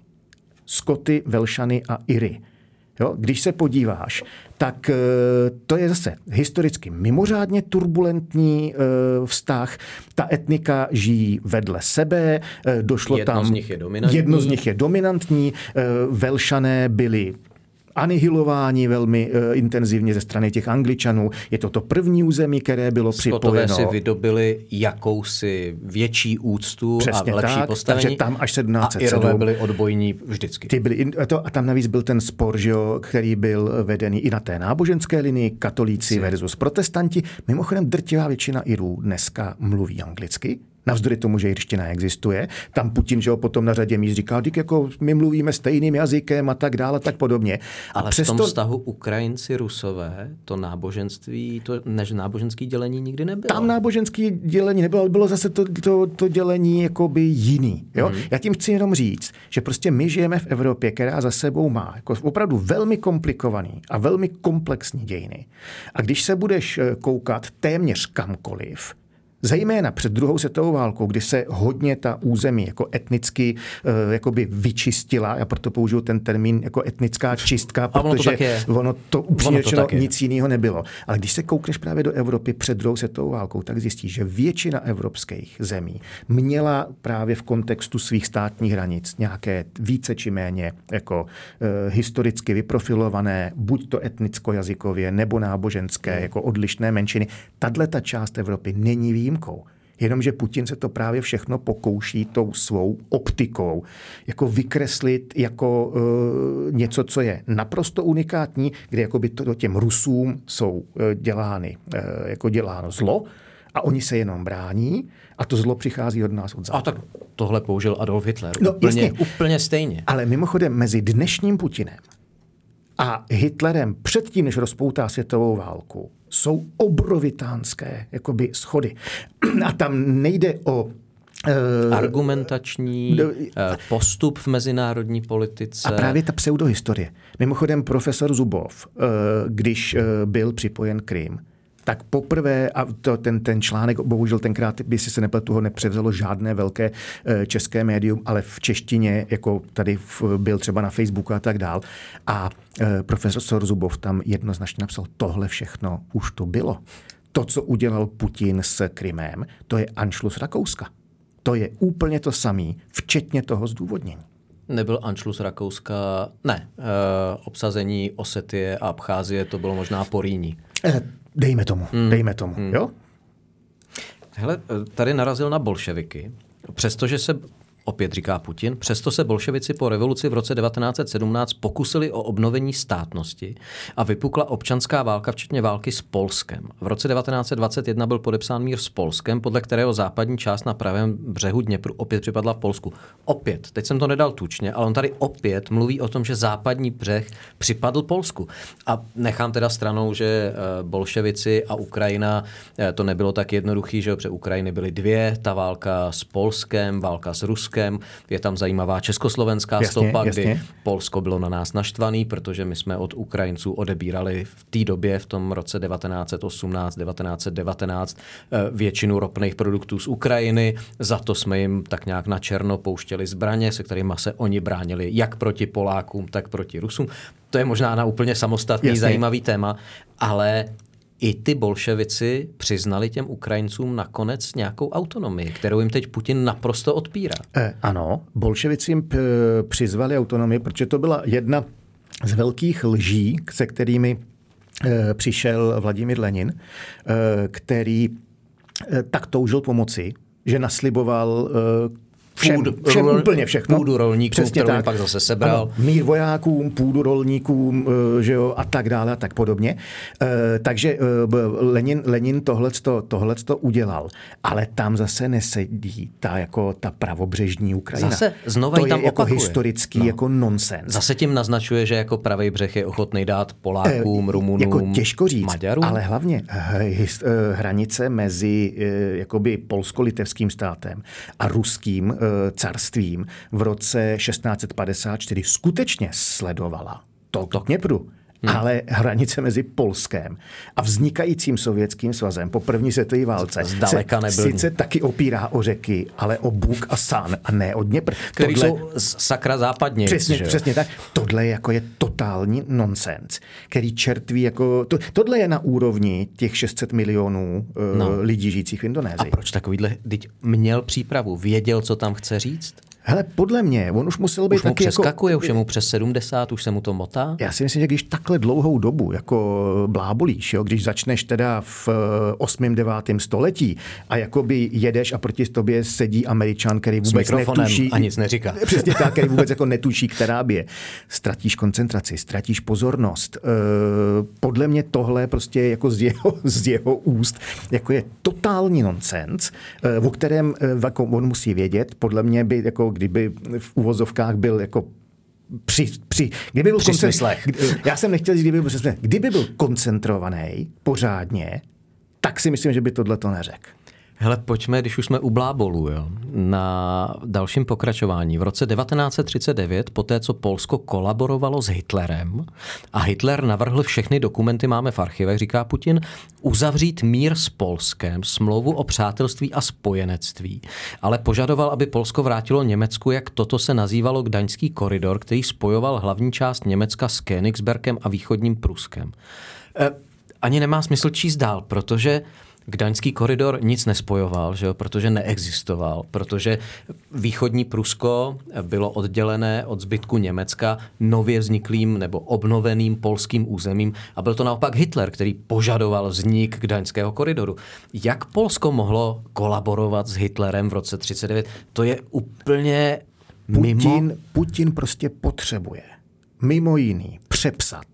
Skoty, Velšany a Iry. Jo? Když se podíváš, tak to je zase historicky mimořádně turbulentní vztah. Ta etnika žijí vedle sebe, došlo jedno tam... Z nich je dominantní. Jedno z nich je dominantní. Velšané byli anihilováni velmi uh, intenzivně ze strany těch Angličanů. Je to to první území, které bylo Skotové připojeno. si vydobili jakousi větší úctu Přesně a lepší tak, postavení. Takže tam až sedmnáct set sedm. A Irové byli odbojní vždycky. Ty byli, to, a tam navíc byl ten spor, že jo, který byl vedený i na té náboženské linii, katolíci versus protestanti. Mimochodem drtivá většina Irů dneska mluví anglicky. Navzdory tomu, že irština existuje. Tam Putin, že ho potom na řadě míst říkal, dík jako my mluvíme stejným jazykem a tak dále, tak podobně. A ale přesto... v tom vztahu Ukrajinci, Rusové, to náboženství, to než náboženský dělení nikdy nebylo. Tam náboženský dělení nebylo, ale bylo zase to, to, to dělení jakoby jiný. Jo? Hmm. Já tím chci jenom říct, že prostě my žijeme v Evropě, která za sebou má jako opravdu velmi komplikovaný a velmi komplexní dějiny. A když se budeš koukat téměř kamkoliv, zejména před druhou světovou válkou, kdy se hodně ta území jako etnicky uh, jakoby vyčistila, já proto použiju ten termín jako etnická čistka, protože ono to, ono to upřímně řečeno nic jiného nebylo. Ale když se koukneš právě do Evropy před druhou světovou válkou, tak zjistíš, že většina evropských zemí měla právě v kontextu svých státních hranic nějaké více či méně jako uh, historicky vyprofilované, buď to etnicko-jazykově nebo náboženské, hmm. jako odlišné menšiny. Tahle ta část Evropy není výjimkou. Jenomže Putin se to právě všechno pokouší tou svou optikou jako vykreslit jako uh, něco, co je naprosto unikátní, kde jakoby to těm Rusům jsou uh, dělány, uh, jako děláno zlo a oni se jenom brání a to zlo přichází od nás od západu. A tak tohle použil Adolf Hitler. No, úplně, úplně stejně. Ale mimochodem mezi dnešním Putinem a Hitlerem předtím, než rozpoutá světovou válku, jsou obrovitánské jakoby schody. A tam nejde o Uh, argumentační uh, postup v mezinárodní politice. A právě ta pseudohistorie. Mimochodem profesor Zubov, uh, když uh, byl připojen Krym, tak poprvé, a to, ten, ten článek, bohužel tenkrát, by si se nepletu, ho nepřevzalo žádné velké e, české médium, ale v češtině, jako tady v, byl třeba na Facebooku a tak dál. A e, profesor Zubov tam jednoznačně napsal, tohle všechno už to bylo. To, co udělal Putin s Krymem, to je Anschluss Rakouska. To je úplně to samé, včetně toho zdůvodnění. Nebyl Anschluss Rakouska, ne, e, obsazení Osetie a Abcházie, to bylo možná po Rýni. E, Dejme tomu, hmm. dejme tomu, hmm. jo? Hele, tady narazil na bolševiky, přestože se opět říká Putin, přesto se bolševici po revoluci v roce devatenáct set sedmnáct pokusili o obnovení státnosti a vypukla občanská válka, včetně války s Polskem. V roce devatenáct set dvacet jedna byl podepsán mír s Polskem, podle kterého západní část na pravém břehu Dněpru opět připadla Polsku. Opět, teď jsem to nedal tučně, ale on tady opět mluví o tom, že západní břeh připadl Polsku. A nechám teda stranou, že bolševici a Ukrajina, to nebylo tak jednoduchý, že protože Ukrajiny byly dvě, ta válka s Polskem, válka s Ruskem. Je tam zajímavá československá jasně, stopa, jasně. Kdy Polsko bylo na nás naštvaný, protože my jsme od Ukrajinců odebírali v té době, v tom roce devatenáct set osmnáct devatenáct set devatenáct, většinu ropných produktů z Ukrajiny. Za to jsme jim tak nějak na černo pouštěli zbraně, se kterými se oni bránili jak proti Polákům, tak proti Rusům. To je možná na úplně samostatný jasně. zajímavý téma, ale i ty bolševici přiznali těm Ukrajincům nakonec nějakou autonomii, kterou jim teď Putin naprosto odpírá. Eh, ano, bolševici jim p- přizvali autonomii, protože to byla jedna z velkých lží, se kterými eh, přišel Vladimír Lenin, eh, který eh, tak toužil pomoci, že nasliboval eh, Všem, všem rol, úplně všechno. Půdu rolníkům, kterou jim pak zase sebral. Ano, mír vojákům, půdu rolníkům, že jo, a tak dále a tak podobně. E, takže Lenin, Lenin tohleto, tohleto udělal. Ale tam zase nesedí ta, jako, ta pravobřežní Ukrajina. Zase znova to tam je jako opakuje. historický no. jako nonsens. Zase tím naznačuje, že jako pravý břeh je ochotný dát Polákům, e, Rumunům, jako těžko říct, Maďarům. Ale hlavně his, hranice mezi jakoby polsko-litevským státem a ruským carstvím v roce šestnáct set padesát čtyři skutečně sledovala tok Dněpru. Hmm. Ale hranice mezi Polskem a vznikajícím Sovětským svazem po první světové válce zdaleka se nebyl. Sice taky opírá o řeky, ale o Bůh a San a ne o Dněpr. Který Tohle... jsou sakra západně. Přesně, že? přesně tak. Tohle jako je totální nonsens, který čertví jako... To, tohle je na úrovni těch šest set milionů uh, no. lidí žijících v Indonésii. A proč takovýhle... Teď měl přípravu, věděl, co tam chce říct? Hele, podle mě, on už musel být už taky mu přeskakuje, jako... už je mu přes sedmdesát, už se mu to motá? Já si myslím, že když takhle dlouhou dobu jako blábolíš, jo, když začneš teda v osmém devátém století a jakoby jedeš a proti tobě sedí Američan, který vůbec netuší... a nic neříká. Přesně tak, který vůbec jako netuší, která bije. Ztratíš koncentraci, ztratíš pozornost. Podle mě tohle prostě jako z jeho, z jeho úst jako je totální nonsens, o kterém jako on musí vědět. Podle mě by jako kdyby v uvozovkách byl jako při, při, kdyby byl koncentr... Já jsem nechtěl říct, kdyby byl, kdyby byl koncentrovaný pořádně, tak si myslím, že by tohle to neřekl. Hele, pojďme, když už jsme u blábolů, jo, na dalším pokračování. V roce devatenáct set třicet devět, poté co Polsko kolaborovalo s Hitlerem a Hitler navrhl všechny dokumenty, máme v archivech, říká Putin, uzavřít mír s Polskem, smlouvu o přátelství a spojenectví, ale požadoval, aby Polsko vrátilo Německu, jak toto se nazývalo, Gdaňský koridor, který spojoval hlavní část Německa s Königsbergem a východním Pruskem. E, ani nemá smysl číst dál, protože Gdaňský koridor nic nespojoval, že jo, protože neexistoval, protože východní Prusko bylo oddělené od zbytku Německa nově vzniklým nebo obnoveným polským územím a byl to naopak Hitler, který požadoval vznik Gdaňského koridoru. Jak Polsko mohlo kolaborovat s Hitlerem v roce třicet devět? To je úplně mimo... Putin, Putin prostě potřebuje mimo jiný přepsat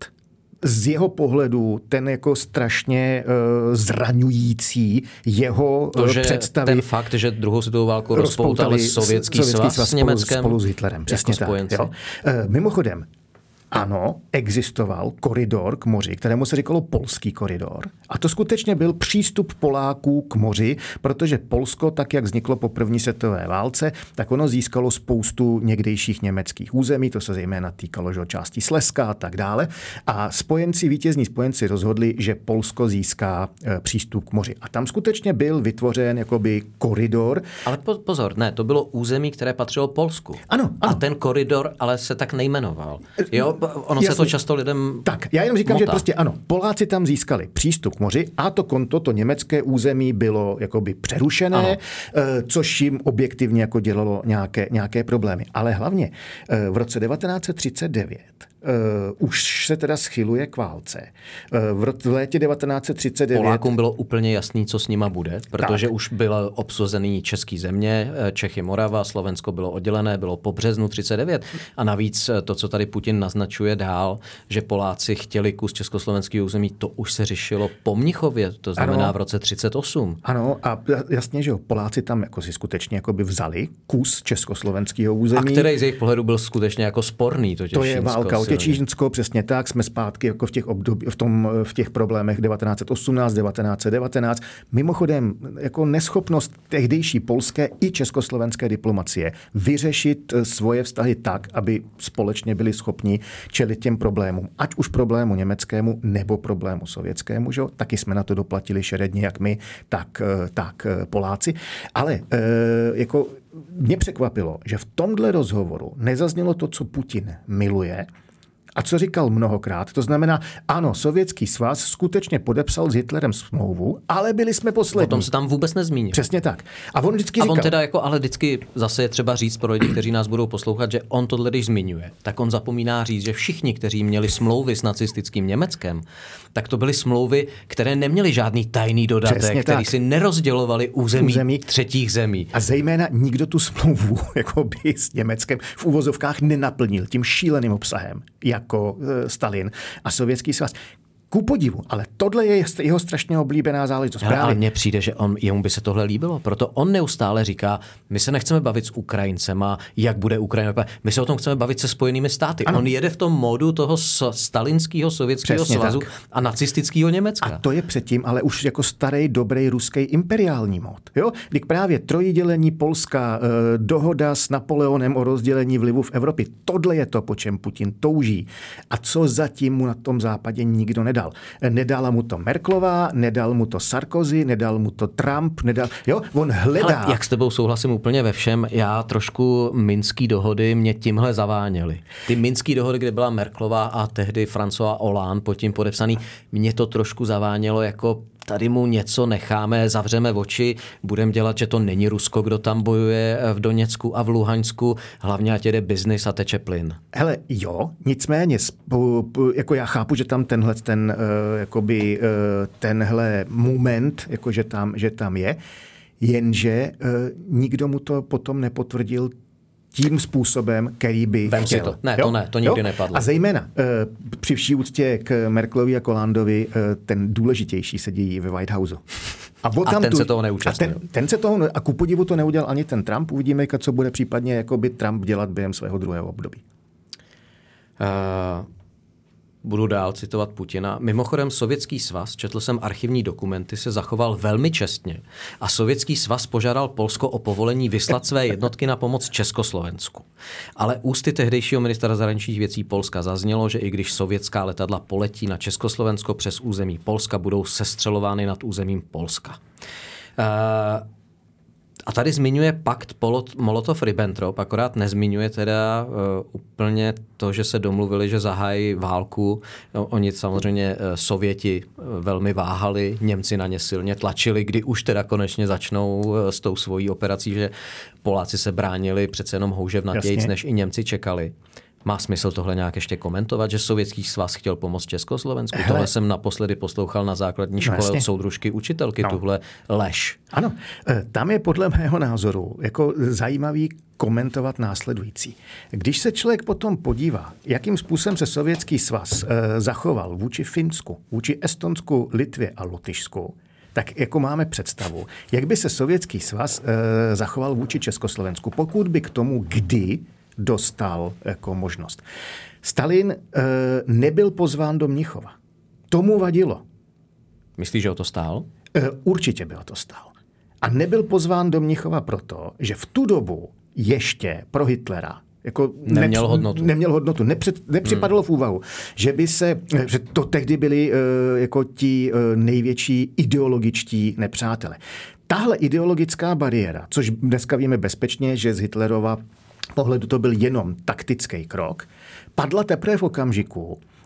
z jeho pohledu ten jako strašně uh, zraňující jeho to, že představy. Ten fakt, že druhou světovou válku rozpoutali Sovětský, Sovětský svaz, svaz s Německem. Spolu s Hitlerem. Přesně jako tak. Jo. Uh, mimochodem, ano, existoval koridor k moři, kterému se říkalo Polský koridor. A to skutečně byl přístup Poláků k moři, protože Polsko, tak jak vzniklo po první světové válce, tak ono získalo spoustu někdejších německých území, to se zejména týkalo že, části Slezska a tak dále. A spojenci, vítězní spojenci rozhodli, že Polsko získá e, přístup k moři. A tam skutečně byl vytvořen jakoby koridor. Ale pozor, ne, to bylo území, které patřilo Polsku. Ano, ano. A ten koridor ale se tak nejmenoval. Jo? Ono Jasně. se to často lidem Tak, já jenom říkám, motá. že prostě ano, Poláci tam získali přístup k moři a to konto, to německé území bylo jakoby přerušené, ano. což jim objektivně jako dělalo nějaké, nějaké problémy. Ale hlavně v roce devatenáct set třicet devět Uh, už se teda schyluje k válce. Uh, v, v létě devatenáct set třicet devět... Polákům bylo úplně jasný, co s nima bude, protože tak. už bylo obsazený český země, Čechy, Morava, Slovensko bylo oddělené, bylo po březnu třicet devět a navíc to, co tady Putin naznačuje dál, že Poláci chtěli kus československého území, to už se řešilo po Mnichově, to znamená ano, v roce třicet osm. Ano, a jasně, že jo, Poláci tam jako si skutečně jako by vzali kus československého území. A který z jejich pohledu byl skutečně jako sporný. To, to je válka o Těčínsko, přesně tak, jsme zpátky jako v těch, období, v, tom, v těch problémech devatenáct set osmnáct, devatenáct set devatenáct. Mimochodem, jako neschopnost tehdejší polské i československé diplomacie vyřešit svoje vztahy tak, aby společně byli schopni čelit těm problémům. Ať už problému německému nebo problému sovětskému, že? Taky jsme na to doplatili šeredně jak my, tak, tak Poláci. Ale e, jako mě překvapilo, že v tomhle rozhovoru nezaznělo to, co Putin miluje, a co říkal mnohokrát, to znamená, ano, Sovětský svaz skutečně podepsal s Hitlerem smlouvu, ale byli jsme poslední. O tom se tam vůbec nezmínil. Přesně tak. A on vždycky říkal... A on teda jako, ale vždycky zase je třeba říct pro lidi, kteří nás budou poslouchat, že on tohle, když zmiňuje, tak on zapomíná říct, že všichni, kteří měli smlouvy s nacistickým Německem, tak to byly smlouvy, které neměly žádný tajný dodatek, který si nerozdělovali území, území třetích zemí. A zejména nikdo tu smlouvu jakoby, s Německem v uvozovkách nenaplnil tím šíleným obsahem, jako e, Stalin a Sovětský svaz. Ku podivu, ale tohle je jeho strašně oblíbená záležitost. Ale, ale mně přijde, že on, jemu by se tohle líbilo, proto on neustále říká, my se nechceme bavit s Ukrajincema, jak bude Ukrajina, my se o tom chceme bavit se Spojenými státy. Ano. On jede v tom módu toho stalinského sovětského Přesně svazu tak. a nacistického Německa. A to je předtím, ale už jako starý, dobrý ruský imperiální mód. Jo? Když právě trojidělení Polska, eh, dohoda s Napoleonem o rozdělení vlivu v Evropě, tohle je to, po čem Putin touží. A co zatím mu na tom západě nikdo nedá. Nedala mu to Merkelová, nedal mu to Sarkozy, nedal mu to Trump, nedal, jo, on hledá. Ale jak s tebou souhlasím úplně ve všem, já trošku minský dohody mě tímhle zaváněly. Ty minský dohody, kde byla Merkelová a tehdy François Hollande pod tím podepsaný, mě to trošku zavánělo jako tady mu něco necháme, zavřeme oči, budeme dělat, že to není Rusko, kdo tam bojuje v Doněcku a v Luhansku, hlavně ať jede biznis a teče plyn. Hele, jo, nicméně, jako já chápu, že tam tenhle, ten, jakoby, tenhle moment, jako že tam, že tam je, jenže nikdo mu to potom nepotvrdil tím způsobem, který by Vem chtěl. Si to. Ne, jo? to ne, to nikdy jo? nepadlo. A zejména při vší úctě k Merkelovi a Hollandovi ten důležitější se dějí ve White Houseu. A, a ten tu, se toho neúčastnil. A, ten, ten se toho, a ku podivu to neudělal ani ten Trump. Uvidíme, co bude případně jakoby Trump dělat během svého druhého období. Uh... Budu dál citovat Putina. Mimochodem Sovětský svaz, četl jsem archivní dokumenty, se zachoval velmi čestně a Sovětský svaz požádal Polsko o povolení vyslat své jednotky na pomoc Československu. Ale ústy tehdejšího ministra zahraničních věcí Polska zaznělo, že i když sovětská letadla poletí na Československo přes území Polska, budou sestřelovány nad územím Polska. Uh, A tady zmiňuje pakt Molotov-Ribbentrop, akorát nezmiňuje teda uh, úplně to, že se domluvili, že zahájí válku. No, oni samozřejmě uh, Sověti uh, velmi váhali, Němci na ně silně tlačili, kdy už teda konečně začnou uh, s tou svojí operací, že Poláci se bránili přece jenom houževnatějc, než i Němci čekali. Má smysl tohle nějak ještě komentovat, že Sovětský svaz chtěl pomoct Československu? Hele. Tohle jsem naposledy poslouchal na základní škole no, od soudružky učitelky, no. tuhle lež. Ano, tam je podle mého názoru jako zajímavý komentovat následující. Když se člověk potom podívá, jakým způsobem se Sovětský svaz eh, zachoval vůči Finsku, vůči Estonsku, Litvě a Lotyšsku, tak jako máme představu, jak by se Sovětský svaz eh, zachoval vůči Československu, pokud by k tomu kdy dostal jako možnost. Stalin e, nebyl pozván do Mnichova. Tomu vadilo. Myslíš, že o to stál? E, určitě by o to stál. A nebyl pozván do Mnichova proto, že v tu dobu ještě pro Hitlera jako neměl nepř, hodnotu. Neměl hodnotu. Nepřed, nepřipadlo hmm. v úvahu, že by se, že to tehdy byli e, jako ti e, největší ideologičtí nepřátelé. Tahle ideologická bariéra, což dneska víme bezpečně, že z Hitlerova pohledu to byl jenom taktický krok, padla teprve v okamžiku,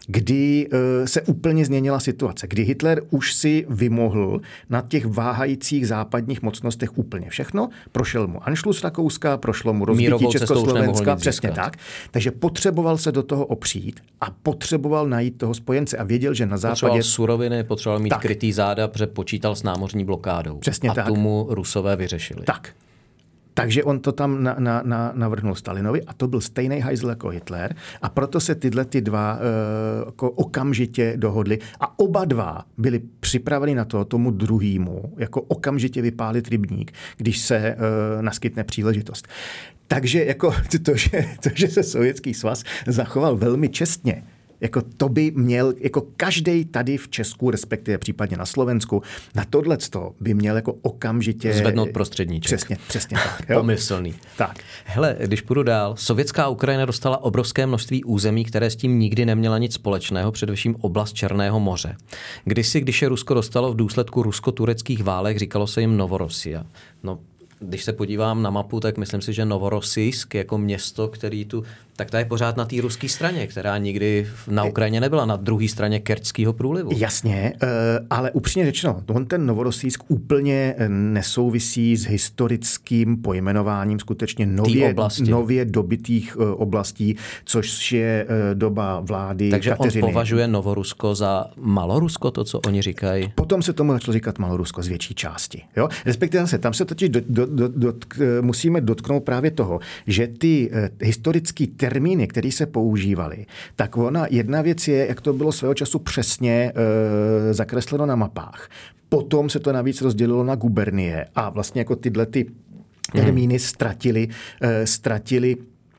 kdy se úplně změnila situace, kdy Hitler už si vymohl na těch váhajících západních mocnostech úplně všechno, prošel mu Anschluss Rakouska, prošlo mu rozbití Československa, přesně tak, takže potřeboval se do toho opřít a potřeboval najít toho spojence a věděl, že na západě... Potřeboval suroviny, potřeboval mít tak. krytý záda, protože počítal s námořní blokádou. Přesně a tak. tu mu Rusové vyřešili. Tak. Takže on to tam na, na, na, navrhnul Stalinovi a to byl stejný hajzl jako Hitler a proto se tyhle ty dva uh, jako okamžitě dohodli a oba dva byli připraveni na to tomu druhýmu jako okamžitě vypálit rybník, když se uh, naskytne příležitost. Takže jako to, že, to, že se Sovětský svaz zachoval velmi čestně, jako to by měl, jako každej tady v Česku, respektive případně na Slovensku, na tohleto by měl jako okamžitě... Zvednout prostředníček. Přesně, přesně tak. Jo? Pomyslný. Tak. Hele, když půjdu dál, sovětská Ukrajina dostala obrovské množství území, které s tím nikdy neměla nic společného, především oblast Černého moře. Kdysi, když je Rusko dostalo v důsledku rusko-tureckých válek, říkalo se jim Novorosia. No, když se podívám na mapu, tak myslím si, že Novorossijsk jako město, který tu, tak ta je pořád na té ruské straně, která nikdy na Ukrajině nebyla, na druhé straně Kerčského průlivu. Jasně, ale upřímně řečeno, on ten Novorossijsk úplně nesouvisí s historickým pojmenováním skutečně nově, nově dobytých oblastí, což je doba vlády Takže Kateřiny. Takže on považuje Novorusko za Malorusko, to, co oni říkají? Potom se tomu začalo říkat Malorusko z větší části. Jo? Respektive se, tam se totiž do, do, do, do, musíme dotknout právě toho, že ty historické termíny, které se používaly, tak ona, jedna věc je, jak to bylo svého času přesně e, zakresleno na mapách. Potom se to navíc rozdělilo na gubernie a vlastně jako tyhle ty termíny ztratili, e, ztratili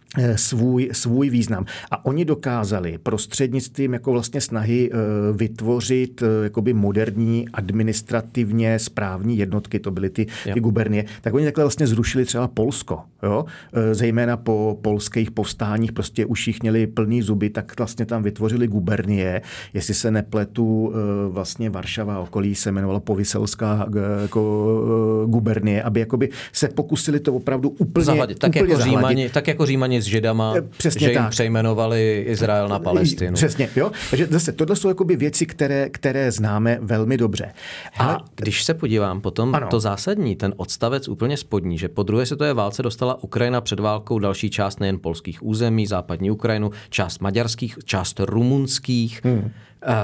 svůj, svůj význam. A oni dokázali prostřednictvím jako vlastně snahy vytvořit jakoby moderní administrativně správní jednotky, to byly ty, ty gubernie, tak oni takhle vlastně zrušili třeba Polsko. Jo? Zejména po polských povstáních prostě už jich měli plný zuby, tak vlastně tam vytvořili gubernie. Jestli se nepletu, vlastně Varšava okolí se jmenovala Povyselská jako gubernie, aby jakoby se pokusili to opravdu úplně zahladit. Tak, úplně jako Římani, tak jako Římani s Židama, přesně že jim tak. přejmenovali Izrael na Palestinu. Přesně, jo. Takže zase tohle jsou jakoby věci, které, které známe velmi dobře. A když se podívám potom, ano. to zásadní, ten odstavec úplně spodní, že po druhé světové válce dostala Ukrajina před válkou další část nejen polských území, západní Ukrajinu, část maďarských, část rumunských. Hmm. Uh,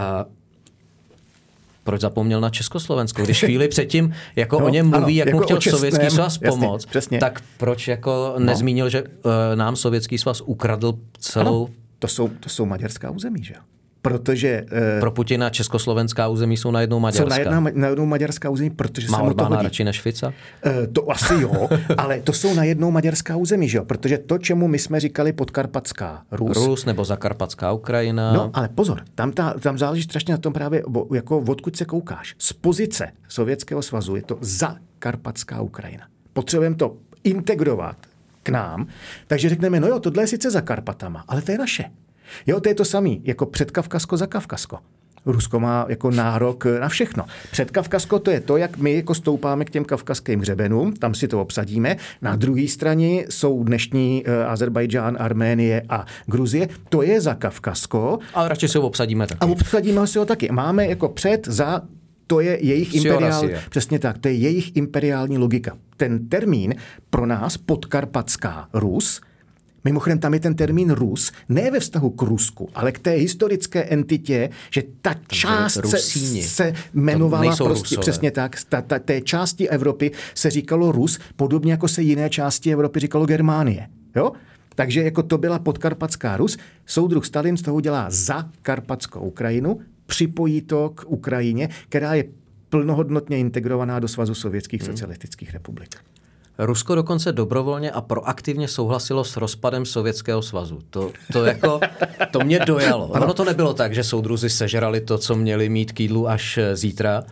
Proč zapomněl na Československo? Když chvíli předtím jako no, o něm mluví, ano, jak jako mu chtěl Sovětský svaz pomoct, jasně, tak proč jako no. nezmínil, že uh, nám Sovětský svaz ukradl celou... Ano, to jsou, to jsou maďarská území, že jo? Protože... Uh, Pro Putina československá území jsou najednou maďarská. Jsou najednou, najednou maďarská území, protože Má se mu to hodí. radši než Fica? Uh, to asi jo, ale to jsou najednou maďarská území, že jo? Protože to, čemu my jsme říkali podkarpatská Rus... Rus nebo zakarpatská Ukrajina. No, ale pozor, tam, ta, tam záleží strašně na tom právě, jako odkud se koukáš. Z pozice Sovětského svazu je to zakarpatská Ukrajina. Potřebujeme to integrovat k nám, takže řekneme, no jo, tohle je sice za Karpatama, ale to je naše. Jo, to je to samý, jako předkavkazko za Kavkazko. Rusko má jako nárok na všechno. Předkavkazko to je to, jak my jako stoupáme k těm kavkazským hřebenům, tam si to obsadíme. Na druhé straně jsou dnešní uh, Azerbajdžán, Arménie a Gruzie. To je za Kavkazko. Ale radši si ho obsadíme taky. A obsadíme si ho taky. Máme jako před, za, to je jejich imperiální, přesně tak, to je jejich imperiální logika. Ten termín pro nás podkarpatská Rus, mimochodem tam je ten termín Rus, ne ve vztahu k Rusku, ale k té historické entitě, že ta část se, se jmenovala prostě Rusové. Přesně tak, ta, ta, té části Evropy se říkalo Rus, podobně jako se jiné části Evropy říkalo Germánie. Jo? Takže jako to byla podkarpatská Rus, soudruh Stalin z toho dělá za Karpatskou Ukrajinu, připojí to k Ukrajině, která je plnohodnotně integrovaná do Svazu sovětských hmm. socialistických republik. Rusko dokonce dobrovolně a proaktivně souhlasilo s rozpadem Sovětského svazu. To, to, jako, to mě dojalo. Ono to nebylo tak, že soudruzi sežrali to, co měli mít k jídlu až zítra,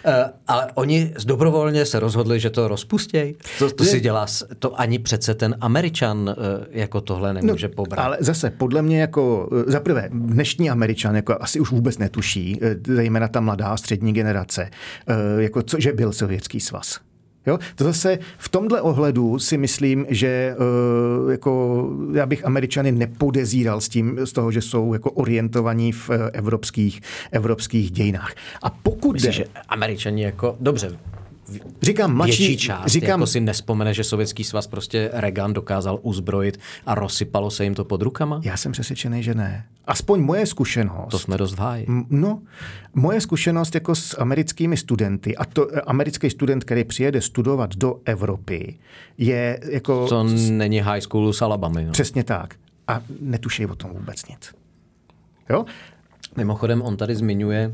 ale oni dobrovolně se rozhodli, že to rozpustějí. To, to si dělá, to ani přece ten Američan jako tohle nemůže no, pobrat. Ale zase podle mě jako, zaprvé, dnešní Američan jako asi už vůbec netuší, zejména ta mladá střední generace, jako co, že byl Sovětský svaz. Jo? To zase v tomhle ohledu si myslím, že uh, jako já bych Američany nepodezíral s tím, z toho, že jsou jako orientovaní v evropských, evropských dějinách. A pokud Myslíš, jde... že Američani jako, dobře, Říkám mladší, větší část, říkám, jako si nespomene, že Sovětský svaz prostě Reagan dokázal uzbrojit a rozsypalo se jim to pod rukama? Já jsem přesvědčený, že ne. Aspoň moje zkušenost. To jsme dost v háji. No, moje zkušenost jako s americkými studenty, a to americký student, který přijede studovat do Evropy, je jako... To není high school s Alabamy. No. Přesně tak. A netuší o tom vůbec nic. Jo? Mimochodem, on tady zmiňuje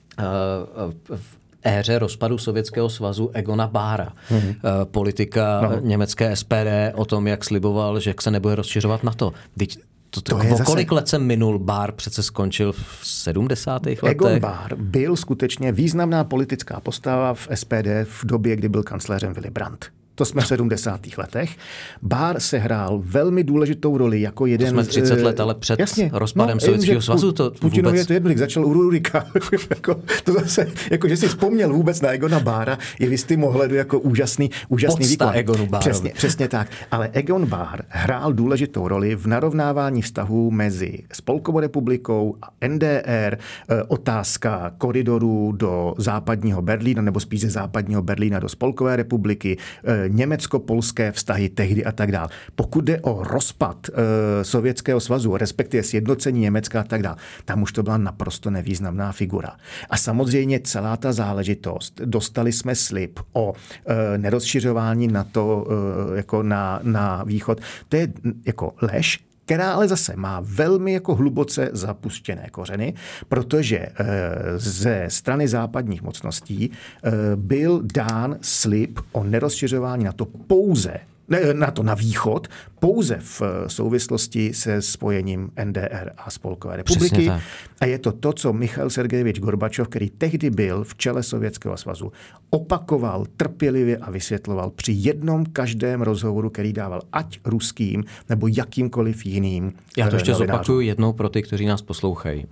uh, v éře rozpadu Sovětského svazu Egona Bára, hmm. politika no. německé S P D, o tom, jak sliboval, že se nebude rozšiřovat NATO. Teď to, to, to o kolik zase... let se minul Bár přece skončil v sedmdesátých letech? Egon Bár byl skutečně významná politická postava v S P D v době, kdy byl kancléřem Willy Brandt. To jsme v sedmdesátých letech. Bár sehrál velmi důležitou roli jako jeden... To jsme třicet let, ale před jasně, rozpadem no, Sovětského svazu to Putinovi vůbec... je to jedno, začal u Rurika. jako, to zase, jako, že si vzpomněl vůbec na Egona Bára, je v jistým ohledu jako úžasný, úžasný výkon. Egonu Bárovi. Přesně, přesně tak. Ale Egon Bár hrál důležitou roli v narovnávání vztahů mezi Spolkovou republikou a N D R, otázka koridorů do západního Berlína, nebo spíš ze západního Berlína do Spolkové republiky, německo-polské vztahy tehdy a tak dále. Pokud jde o rozpad e, Sovětského svazu, respektive sjednocení Německa a tak dále, tam už to byla naprosto nevýznamná figura. A samozřejmě celá ta záležitost, dostali jsme slib o e, nerozšiřování NATO e, jako na, na východ. To je jako lež, která ale zase má velmi jako hluboce zapuštěné kořeny, protože ze strany západních mocností byl dán slib o nerozšiřování NATO pouze na to na východ, pouze v souvislosti se spojením N D R a Spolkové republiky. A je to to, co Michail Sergejevič Gorbačov, který tehdy byl v čele Sovětského svazu, opakoval trpělivě a vysvětloval při jednom každém rozhovoru, který dával ať ruským nebo jakýmkoliv jiným. Já to ještě novinářům. zopakuju jednou pro ty, kteří nás poslouchají.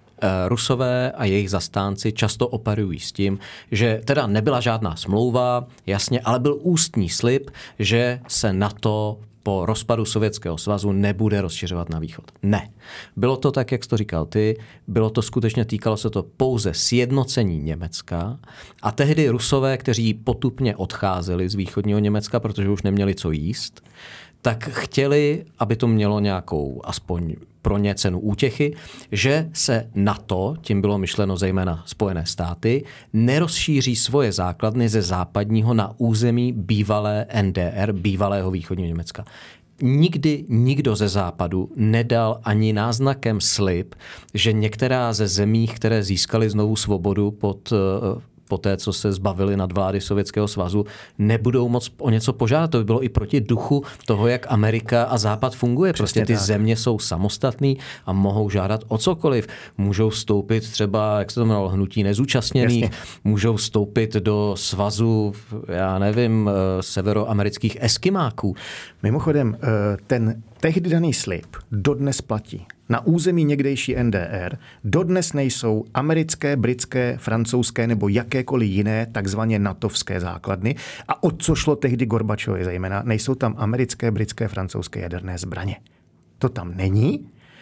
Rusové a jejich zastánci často operují s tím, že teda nebyla žádná smlouva, jasně, ale byl ústní slib, že se NATO po rozpadu Sovětského svazu nebude rozšiřovat na východ. Ne. Bylo to tak, jak jsi to říkal ty, bylo to skutečně, týkalo se to pouze sjednocení Německa a tehdy Rusové, kteří potupně odcházeli z východního Německa, protože už neměli co jíst, tak chtěli, aby to mělo nějakou aspoň pro ně cenu útěchy, že se NATO, tím bylo myšleno zejména Spojené státy, nerozšíří svoje základny ze západního na území bývalé N D R, bývalého východního Německa. Nikdy nikdo ze západu nedal ani náznakem slib, že některá ze zemí, které získaly znovu svobodu pod po té, co se zbavili nadvlády Sovětského svazu, nebudou moc o něco požádat. To by bylo i proti duchu toho, jak Amerika a Západ funguje. Prostě ty země jsou samostatný a mohou žádat o cokoliv. Můžou vstoupit třeba, jak se to jmenovalo, hnutí nezúčastněných, Jasně. můžou vstoupit do svazu, já nevím, severoamerických eskimáků. Mimochodem, ten tehdy daný slib dodnes platí. Na území někdejší N D R dodnes nejsou americké, britské, francouzské nebo jakékoliv jiné takzvaně natovské základny. A o co šlo tehdy Gorbačovi zejména, nejsou tam americké, britské, francouzské jaderné zbraně. To tam není.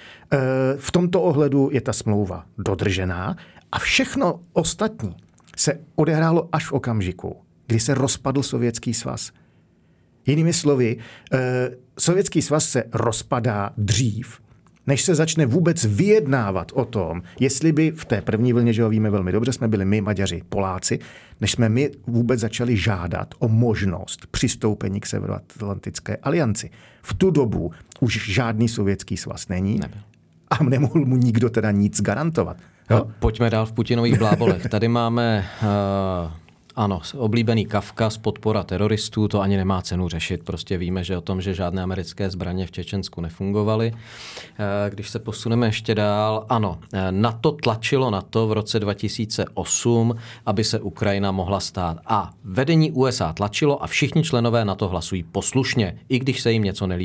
V tomto ohledu je ta smlouva dodržená a všechno ostatní se odehrálo až v okamžiku, kdy se rozpadl Sovětský svaz. Jinými slovy, Sovětský svaz se rozpadá dřív, než se začne vůbec vyjednávat o tom, jestli by v té první vlně, že ho víme velmi dobře, jsme byli my, Maďaři, Poláci, než jsme my vůbec začali žádat o možnost přistoupení k Severoatlantické alianci. V tu dobu už žádný Sovětský svaz není Nebyl. a nemohl mu nikdo teda nic garantovat. Jo? Pojďme dál v Putinových blábolech. Tady máme... Uh... Ano, oblíbený Kafkas, podpora teroristů, to ani nemá cenu řešit. Prostě víme, že o tom, že žádné americké zbraně v Čečensku nefungovaly. Když se posuneme ještě dál, ano, NATO tlačilo na to v roce dva tisíce osm, aby se Ukrajina mohla stát. A vedení U S A tlačilo a všichni členové NATO hlasují poslušně, i když se jim něco nelíbí.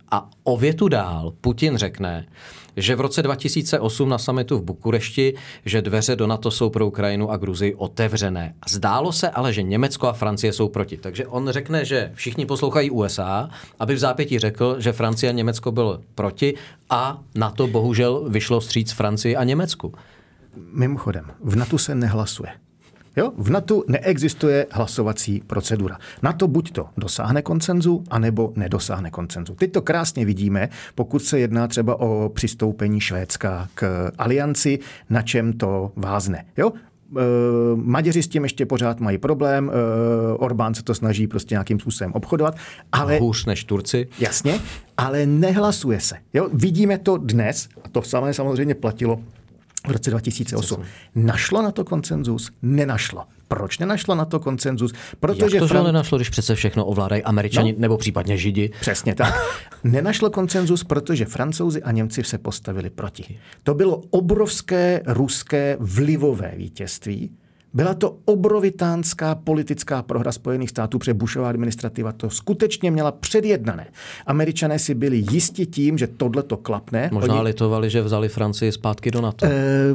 A o větu dál Putin řekne, že v roce dva tisíce osm na summitu v Bukurešti, že dveře do NATO jsou pro Ukrajinu a Gruzii otevřené. Zdálo se ale, že Německo a Francie jsou proti. Takže on řekne, že všichni poslouchají U S A, aby v zápětí řekl, že Francie a Německo bylo proti a NATO bohužel vyšlo vstříc Francii a Německu. Mimochodem, v NATO se nehlasuje. Jo? V NATO neexistuje hlasovací procedura. NATO buď to dosáhne konsenzu, anebo nedosáhne konsenzu. Teď to krásně vidíme, pokud se jedná třeba o přistoupení Švédska k alianci, na čem to vázne. Jo? E, Maďaři s tím ještě pořád mají problém, e, Orbán se to snaží prostě nějakým způsobem obchodovat, ale... Hůř než Turci. Jasně, ale nehlasuje se. Jo? Vidíme to dnes, a to samé samozřejmě platilo v roce dva tisíce osm. Našlo na to konsenzus? Nenašlo. Proč nenašlo na to konsenzus? Protože Jak to, Fran... že nenašlo, když přece všechno ovládají Američani no, nebo případně Židi? Přesně tak. Nenašlo konsenzus, protože Francouzi a Němci se postavili proti. To bylo obrovské ruské vlivové vítězství. Byla to obrovitánská politická prohra Spojených států, protože Bushova administrativa to skutečně měla předjednané. Američané si byli jisti tím, že tohle to klapne. Možná Oni... litovali, že vzali Francii zpátky do NATO. E...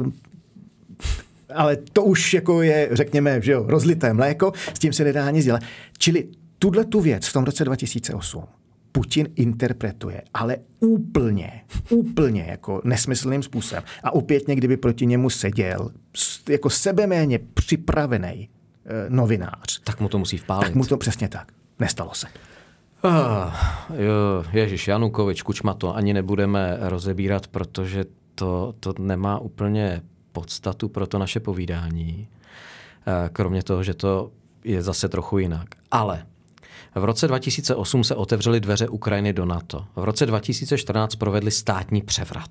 Ale to už jako je, řekněme, že jo, rozlité mléko, s tím se nedá nic dělat. Čili tuhle tu věc v tom roce dva tisíce osm Putin interpretuje, ale úplně, úplně jako nesmyslným způsobem. A opětně, kdyby proti němu seděl jako sebeméně připravený e, novinář. Tak mu to musí vpálit. Tak mu to přesně tak. Nestalo se. Ah, jo, Ježiš, Janukovič, Kučma, to ani nebudeme rozebírat, protože to, to nemá úplně podstatu pro to naše povídání. Kromě toho, že to je zase trochu jinak. Ale v roce dva tisíce osm se otevřely dveře Ukrajiny do NATO. V roce dva tisíce čtrnáct provedli státní převrat.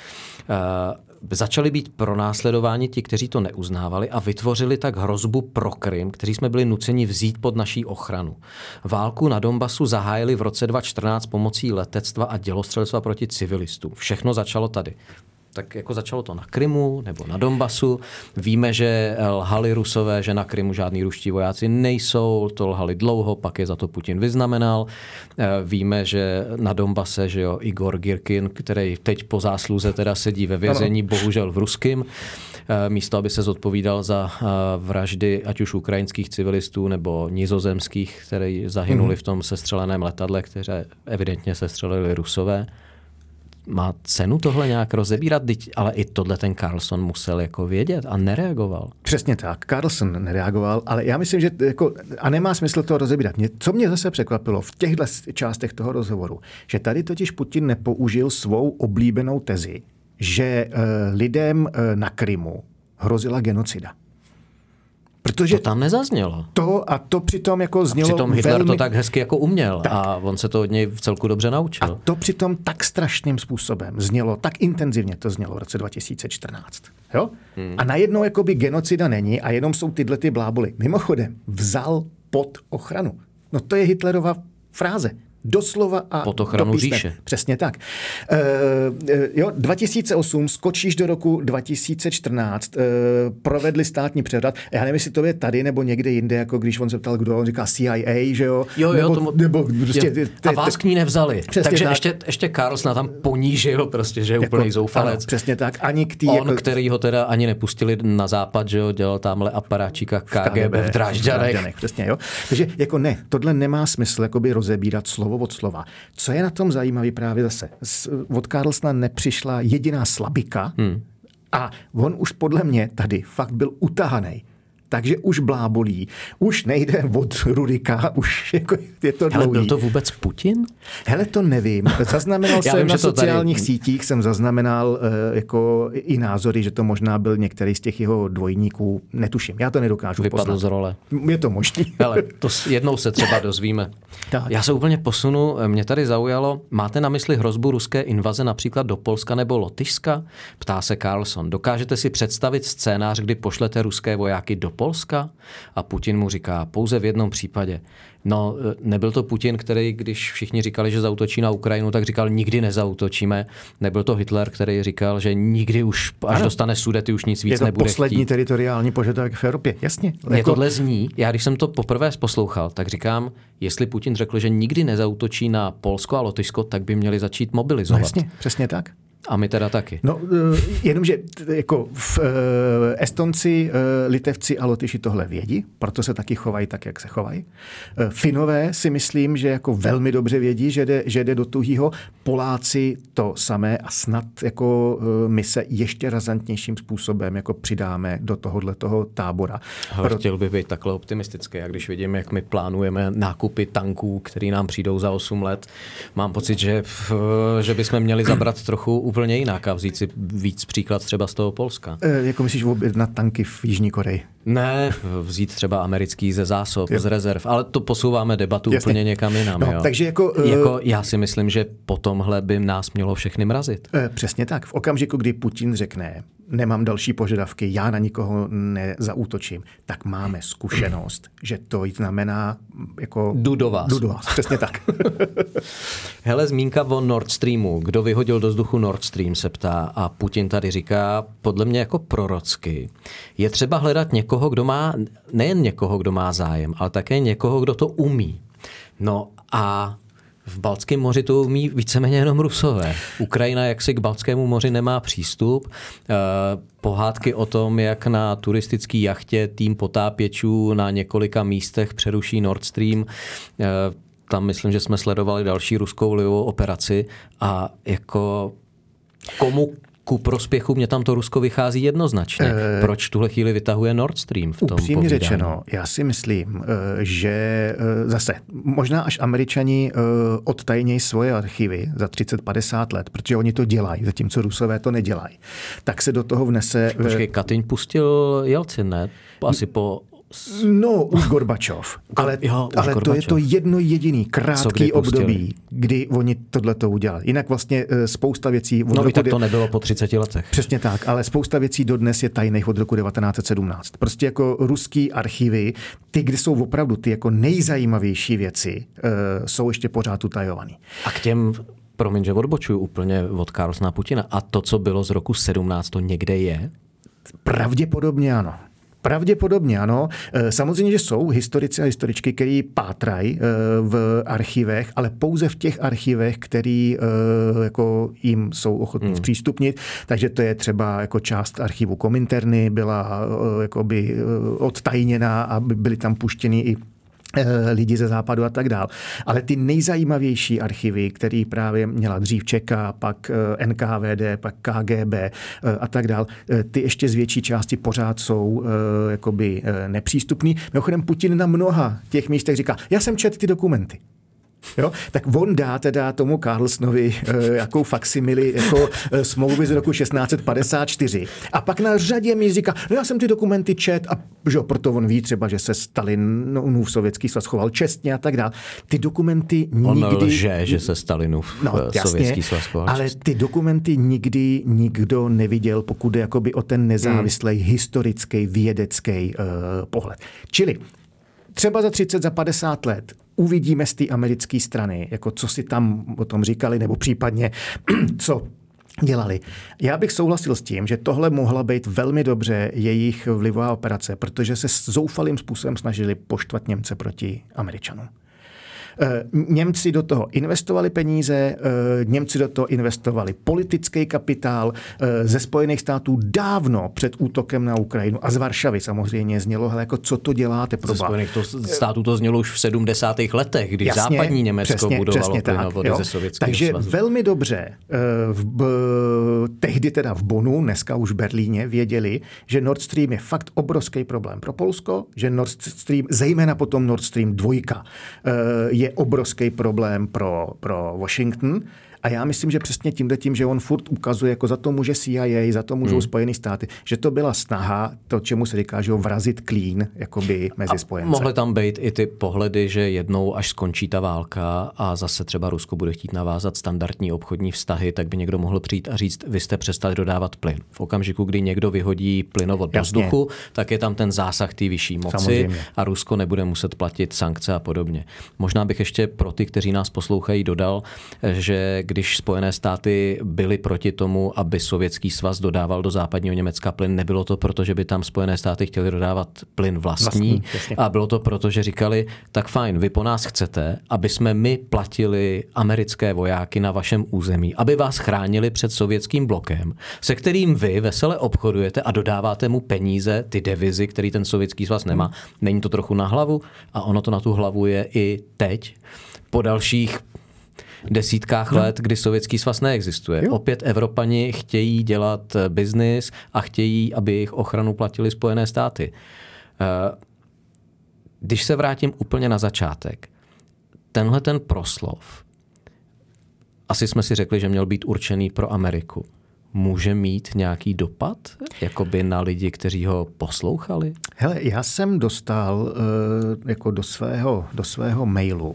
Začali být pronásledováni ti, kteří to neuznávali a vytvořili tak hrozbu pro Krym, kteří jsme byli nuceni vzít pod naší ochranu. Válku na Donbasu zahájili v roce dva tisíce čtrnáct pomocí letectva a dělostřelectva proti civilistům. Všechno začalo tady. Tak jako začalo to na Krymu nebo na Donbasu. Víme, že lhali Rusové, že na Krymu žádní ruští vojáci nejsou, to lhali dlouho, pak je za to Putin vyznamenal. Víme, že na Donbase, že jo, Igor Girkin, který teď po zásluze teda sedí ve vězení, bohužel v ruským, místo, aby se zodpovídal za vraždy ať už ukrajinských civilistů nebo nizozemských, které zahynuli v tom sestřeleném letadle, které evidentně sestřelili Rusové. Má cenu tohle nějak rozebírat, ale i tohle ten Carlson musel jako vědět a nereagoval. Přesně tak, Carlson nereagoval, ale já myslím, že jako, a nemá smysl to rozebírat. Mě, co mě zase překvapilo v těchto částech toho rozhovoru, že tady totiž Putin nepoužil svou oblíbenou tezi, že e, lidem e, na Krymu hrozila genocida. Protože to tam nezaznělo. To a to přitom jako znělo. A přitom Hitler velmi... to tak hezky jako uměl tak. A on se to od něj v celku dobře naučil. A to přitom tak strašným způsobem znělo, tak intenzivně to znělo v roce dva tisíce čtrnáct. Jo? Hmm. A najednou jakoby genocida není a jenom jsou tyhle ty bláboly. Mimochodem, vzal pod ochranu. No to je Hitlerova fráze. Doslova a pod ochranu říše. Přesně tak. E, e, jo, dva tisíce osm, skočíš do roku dva tisíce čtrnáct, e, provedli státní převrat. Já nevím, jestli to je tady nebo někde jinde, jako když on se ptal, kdo, on říká C I A, že jo? Jo, jo, nebo, tomu, nebo prostě, jo. A vás k ní nevzali. Takže tak. ještě, ještě Carlsona tam ponížil, prostě, že je jako, úplný zoufalec. Ano, přesně tak. Ani k tý, on, jako... který ho teda ani nepustili na západ, že jo, dělal tamhle aparáčíka K G B v Drážďanech. Přesně, jo. Takže jako ne, tohle nemá smysl jakoby rozebírat slovo od slova. Co je na tom zajímavý právě zase? Od Carlsona nepřišla jediná slabika hmm. a on už podle mě tady fakt byl utahaný. Takže už blábolí. Už nejde od Rurika, už jako je to dlouhý. Ale byl to vůbec Putin? Hele, to nevím. Zaznamenal jsem vím, na sociálních tady... sítích, jsem zaznamenal uh, jako i názory, že to možná byl některý z těch jeho dvojníků. Netuším, já to nedokážu Vypadl poznat. z role. Je to možný. Hele, to jednou se třeba dozvíme. Tak. Já se úplně posunu. Mě tady zaujalo, máte na mysli hrozbu ruské invaze například do Polska nebo Lotyšska? Ptá se Carlson. Dokážete si představit scénář, kdy pošlete ruské vojáky do Polska? A Putin mu říká, pouze v jednom případě. No, nebyl to Putin, který, když všichni říkali, že zaútočí na Ukrajinu, tak říkal, nikdy nezaútočíme. Nebyl to Hitler, který říkal, že nikdy už, až ano. dostane Sudety, už nic víc nebude chtít. Je to nebude poslední chtít. teritoriální požadavek v Evropě, jasně. Mě jako... tohle zní, já když jsem to poprvé poslouchal, tak říkám, jestli Putin řekl, že nikdy nezaútočí na Polsko a Lotyšsko, tak by měli začít mobilizovat. No jasně, přesně tak. A my teda taky. No, jenomže jako v, Estonci, Litevci a Lotyši tohle vědí, proto se taky chovají tak, jak se chovají. Finové si myslím, že jako velmi dobře vědí, že jde, že jde do tuhýho. Poláci to samé a snad jako my se ještě razantnějším způsobem jako přidáme do tohohle toho tábora. Ale chtěl by být takhle optimistický. Já když vidím, jak my plánujeme nákupy tanků, který nám přijdou za osm let, mám pocit, že, že bychom měli zabrat trochu úplně jinak a vzít si víc příklad třeba z toho Polska. E, jako myslíš objednat tanky v Jižní Koreji? Ne, vzít třeba americký ze zásob, jo. z rezerv, ale to posouváme debatu Jasně. úplně někam jinam. No, jo. Takže jako, jako, já si myslím, že po tomhle by nás mělo všechny mrazit. E, přesně tak. V okamžiku, kdy Putin řekne, nemám další požadavky, já na nikoho nezaútočím, tak máme zkušenost, že to znamená jako... Jdu do vás. Jdu do vás, přesně tak. Hele, zmínka o Nord Streamu. Kdo vyhodil do vzduchu Nord Stream, se ptá. A Putin tady říká, podle mě jako prorocky, je třeba hledat někoho, kdo má, nejen někoho, kdo má zájem, ale také někoho, kdo to umí. No a v Baltském moři to umí víceméně jenom Rusové. Ukrajina jaksi k Baltskému moři nemá přístup. Pohádky o tom, jak na turistické jachtě tým potápěčů na několika místech přeruší Nord Stream. Tam myslím, že jsme sledovali další ruskou vlivovou operaci a jako komu ku prospěchu mě tam to Rusko vychází jednoznačně. E... Proč v tuhle chvíli vytahuje Nord Stream v tom Upřímně povídání? řečeno, já si myslím, že zase možná až Američani odtajnějí svoje archivy za třicet padesát let, protože oni to dělají, zatímco Rusové to nedělají, tak se do toho vnese... Počkej, Katyň pustil Jelcin, ne? Asi po... No, už Gorbačov. Ale, jo, už ale Gorbačov. To je to jedno jediný krátký období, kdy oni tohleto udělali. Jinak vlastně spousta věcí... No i tak to nebylo po třiceti letech. Přesně tak, ale spousta věcí dodnes je tajných od roku devatenáct set sedmnáct. Prostě jako ruský archivy, ty, kde jsou opravdu ty jako nejzajímavější věci, jsou ještě pořád utajovaný. A k těm... Promiň, že odbočuju úplně od Carlsona Putina. A to, co bylo z roku sedmnáct, to někde je? Pravděpodobně ano. Pravděpodobně ano. Samozřejmě, že jsou historici a historičky, který pátrají v archivech, ale pouze v těch archivech, který jako jim jsou ochotní hmm. zpřístupnit. Takže to je třeba jako část archivu Kominterny, byla jakoby odtajněná a byly tam puštěny i lidi ze západu a tak dál. Ale ty nejzajímavější archivy, které právě měla dřív Čeka, pak N K V D, pak K G B a tak dál, ty ještě z větší části pořád jsou jakoby nepřístupný. Mimochodem Putin na mnoha těch místech říká, já jsem četl ty dokumenty. Jo? Tak on dá teda tomu Carlsonovi e, jakou faksimili jako e, smlouvy z roku šestnáct set padesát čtyři. A pak na řadě mi říká, no já jsem ty dokumenty čet a že, proto on ví třeba, že se Stalinův sovětský svaz choval čestně a tak dále. Ty dokumenty nikdy... On lže, že se Stalinův no, sovětský svaz choval ale ty dokumenty nikdy nikdo neviděl, pokud je jakoby o ten nezávislý hmm. historický, vědecký e, pohled. Čili třeba za třicet, za padesát let uvidíme z té americké strany, jako co si tam o tom říkali, nebo případně co dělali. Já bych souhlasil s tím, že tohle mohla být velmi dobře jejich vlivová operace, protože se zoufalým způsobem snažili poštvat Němce proti Američanům. Němci do toho investovali peníze, Němci do toho investovali politický kapitál ze Spojených států dávno před útokem na Ukrajinu a z Varšavy samozřejmě znělo, hele, jako co to děláte pro Ze Spojených států to znělo už v sedmdesátých letech, když Jasně, západní Německo přesně, budovalo přesně plynovody tak, ze Sovětského Takže svazu. velmi dobře v, v, tehdy teda v Bonnu, dneska už v Berlíně, věděli, že Nord Stream je fakt obrovský problém pro Polsko, že Nord Stream, zejména potom Nord Stream dva, je obrovský problém pro, pro Washington A já myslím, že přesně tímhle tím, že on furt ukazuje, jako za to může C I A, za to můžou hmm. Spojené státy, že to byla snaha, to, čemu se říká, že ho vrazit klín jakoby mezi spojence. Mohly tam být i ty pohledy, že jednou, až skončí ta válka a zase třeba Rusko bude chtít navázat standardní obchodní vztahy, tak by někdo mohl přijít a říct, vy jste přestali dodávat plyn. V okamžiku, kdy někdo vyhodí plynovod do vzduchu, tak je tam ten zásah té vyšší moci. Samozřejmě. A Rusko nebude muset platit sankce a podobně. Možná bych ještě pro ty, kteří nás poslouchají, dodal, že když Spojené státy byly proti tomu, aby Sovětský svaz dodával do západního Německa plyn, nebylo to proto, že by tam Spojené státy chtěli dodávat plyn vlastní, vlastní a bylo to proto, že říkali, tak fajn, vy po nás chcete, aby jsme my platili americké vojáky na vašem území, aby vás chránili před sovětským blokem, se kterým vy vesele obchodujete a dodáváte mu peníze, ty devizy, který ten Sovětský svaz nemá. Hmm. Není to trochu na hlavu? A ono to na tu hlavu je i teď, po dalších desítkách no. let, kdy Sovětský svaz neexistuje. Jo. Opět Evropani chtějí dělat biznis a chtějí, aby jejich ochranu platili Spojené státy. Když se vrátím úplně na začátek, tenhle ten proslov, asi jsme si řekli, že měl být určený pro Ameriku. Může mít nějaký dopad jakoby na lidi, kteří ho poslouchali? Hele, já jsem dostal jako do svého, do svého mailu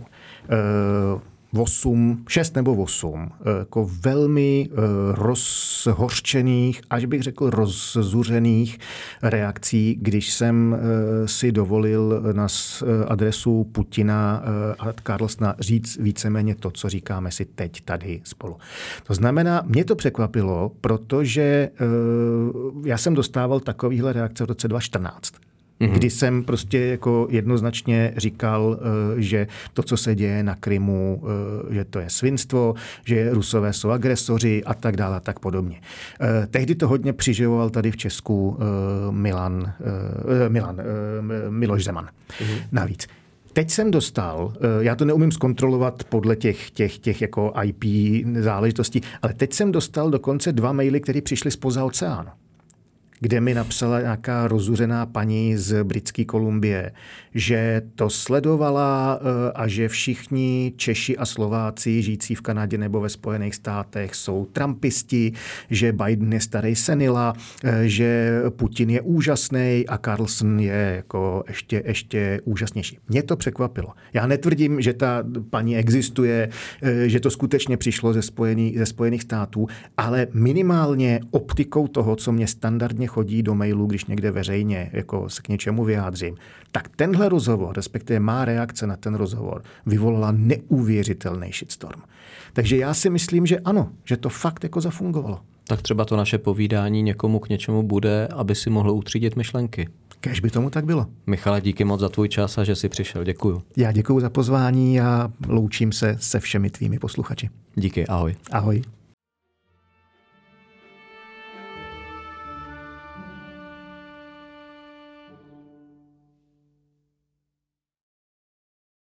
osm, šest nebo osm jako velmi rozhořčených, až bych řekl rozzuřených reakcí, když jsem si dovolil na adresu Putina a Carlsona říct víceméně to, co říkáme si teď tady spolu. To znamená, mě to překvapilo, protože já jsem dostával takovýhle reakce v roce dva tisíce čtrnáct. Kdy jsem prostě jako jednoznačně říkal, že to, co se děje na Krymu, že to je svinstvo, že Rusové jsou agresoři a tak dále a tak podobně. Tehdy to hodně přiživoval tady v Česku Milan, Milan Miloš Zeman. Mhm. Navíc. Teď jsem dostal, já to neumím zkontrolovat podle těch, těch, těch jako I P záležitostí, ale teď jsem dostal dokonce dva maily, které přišly zpoza oceánu, kde mi napsala nějaká rozuřená paní z Britské Kolumbie, že to sledovala a že všichni Češi a Slováci žijící v Kanadě nebo ve Spojených státech jsou trumpisti, že Biden je starý senila, že Putin je úžasný a Carlson je jako ještě, ještě úžasnější. Mě to překvapilo. Já netvrdím, že ta paní existuje, že to skutečně přišlo ze, spojený, ze Spojených států, ale minimálně optikou toho, co mě standardně chodí do mailu, když někde veřejně jako se k něčemu vyjádřím, tak tenhle rozhovor, respektive má reakce na ten rozhovor, vyvolala neuvěřitelný shitstorm. Takže já si myslím, že ano, že to fakt jako zafungovalo. Tak třeba to naše povídání někomu k něčemu bude, aby si mohl utřídit myšlenky. Kéž by tomu tak bylo. Michale, díky moc za tvůj čas a že jsi přišel. Děkuju. Já děkuju za pozvání a loučím se se všemi tvými posluchači. Díky, ahoj. Ahoj.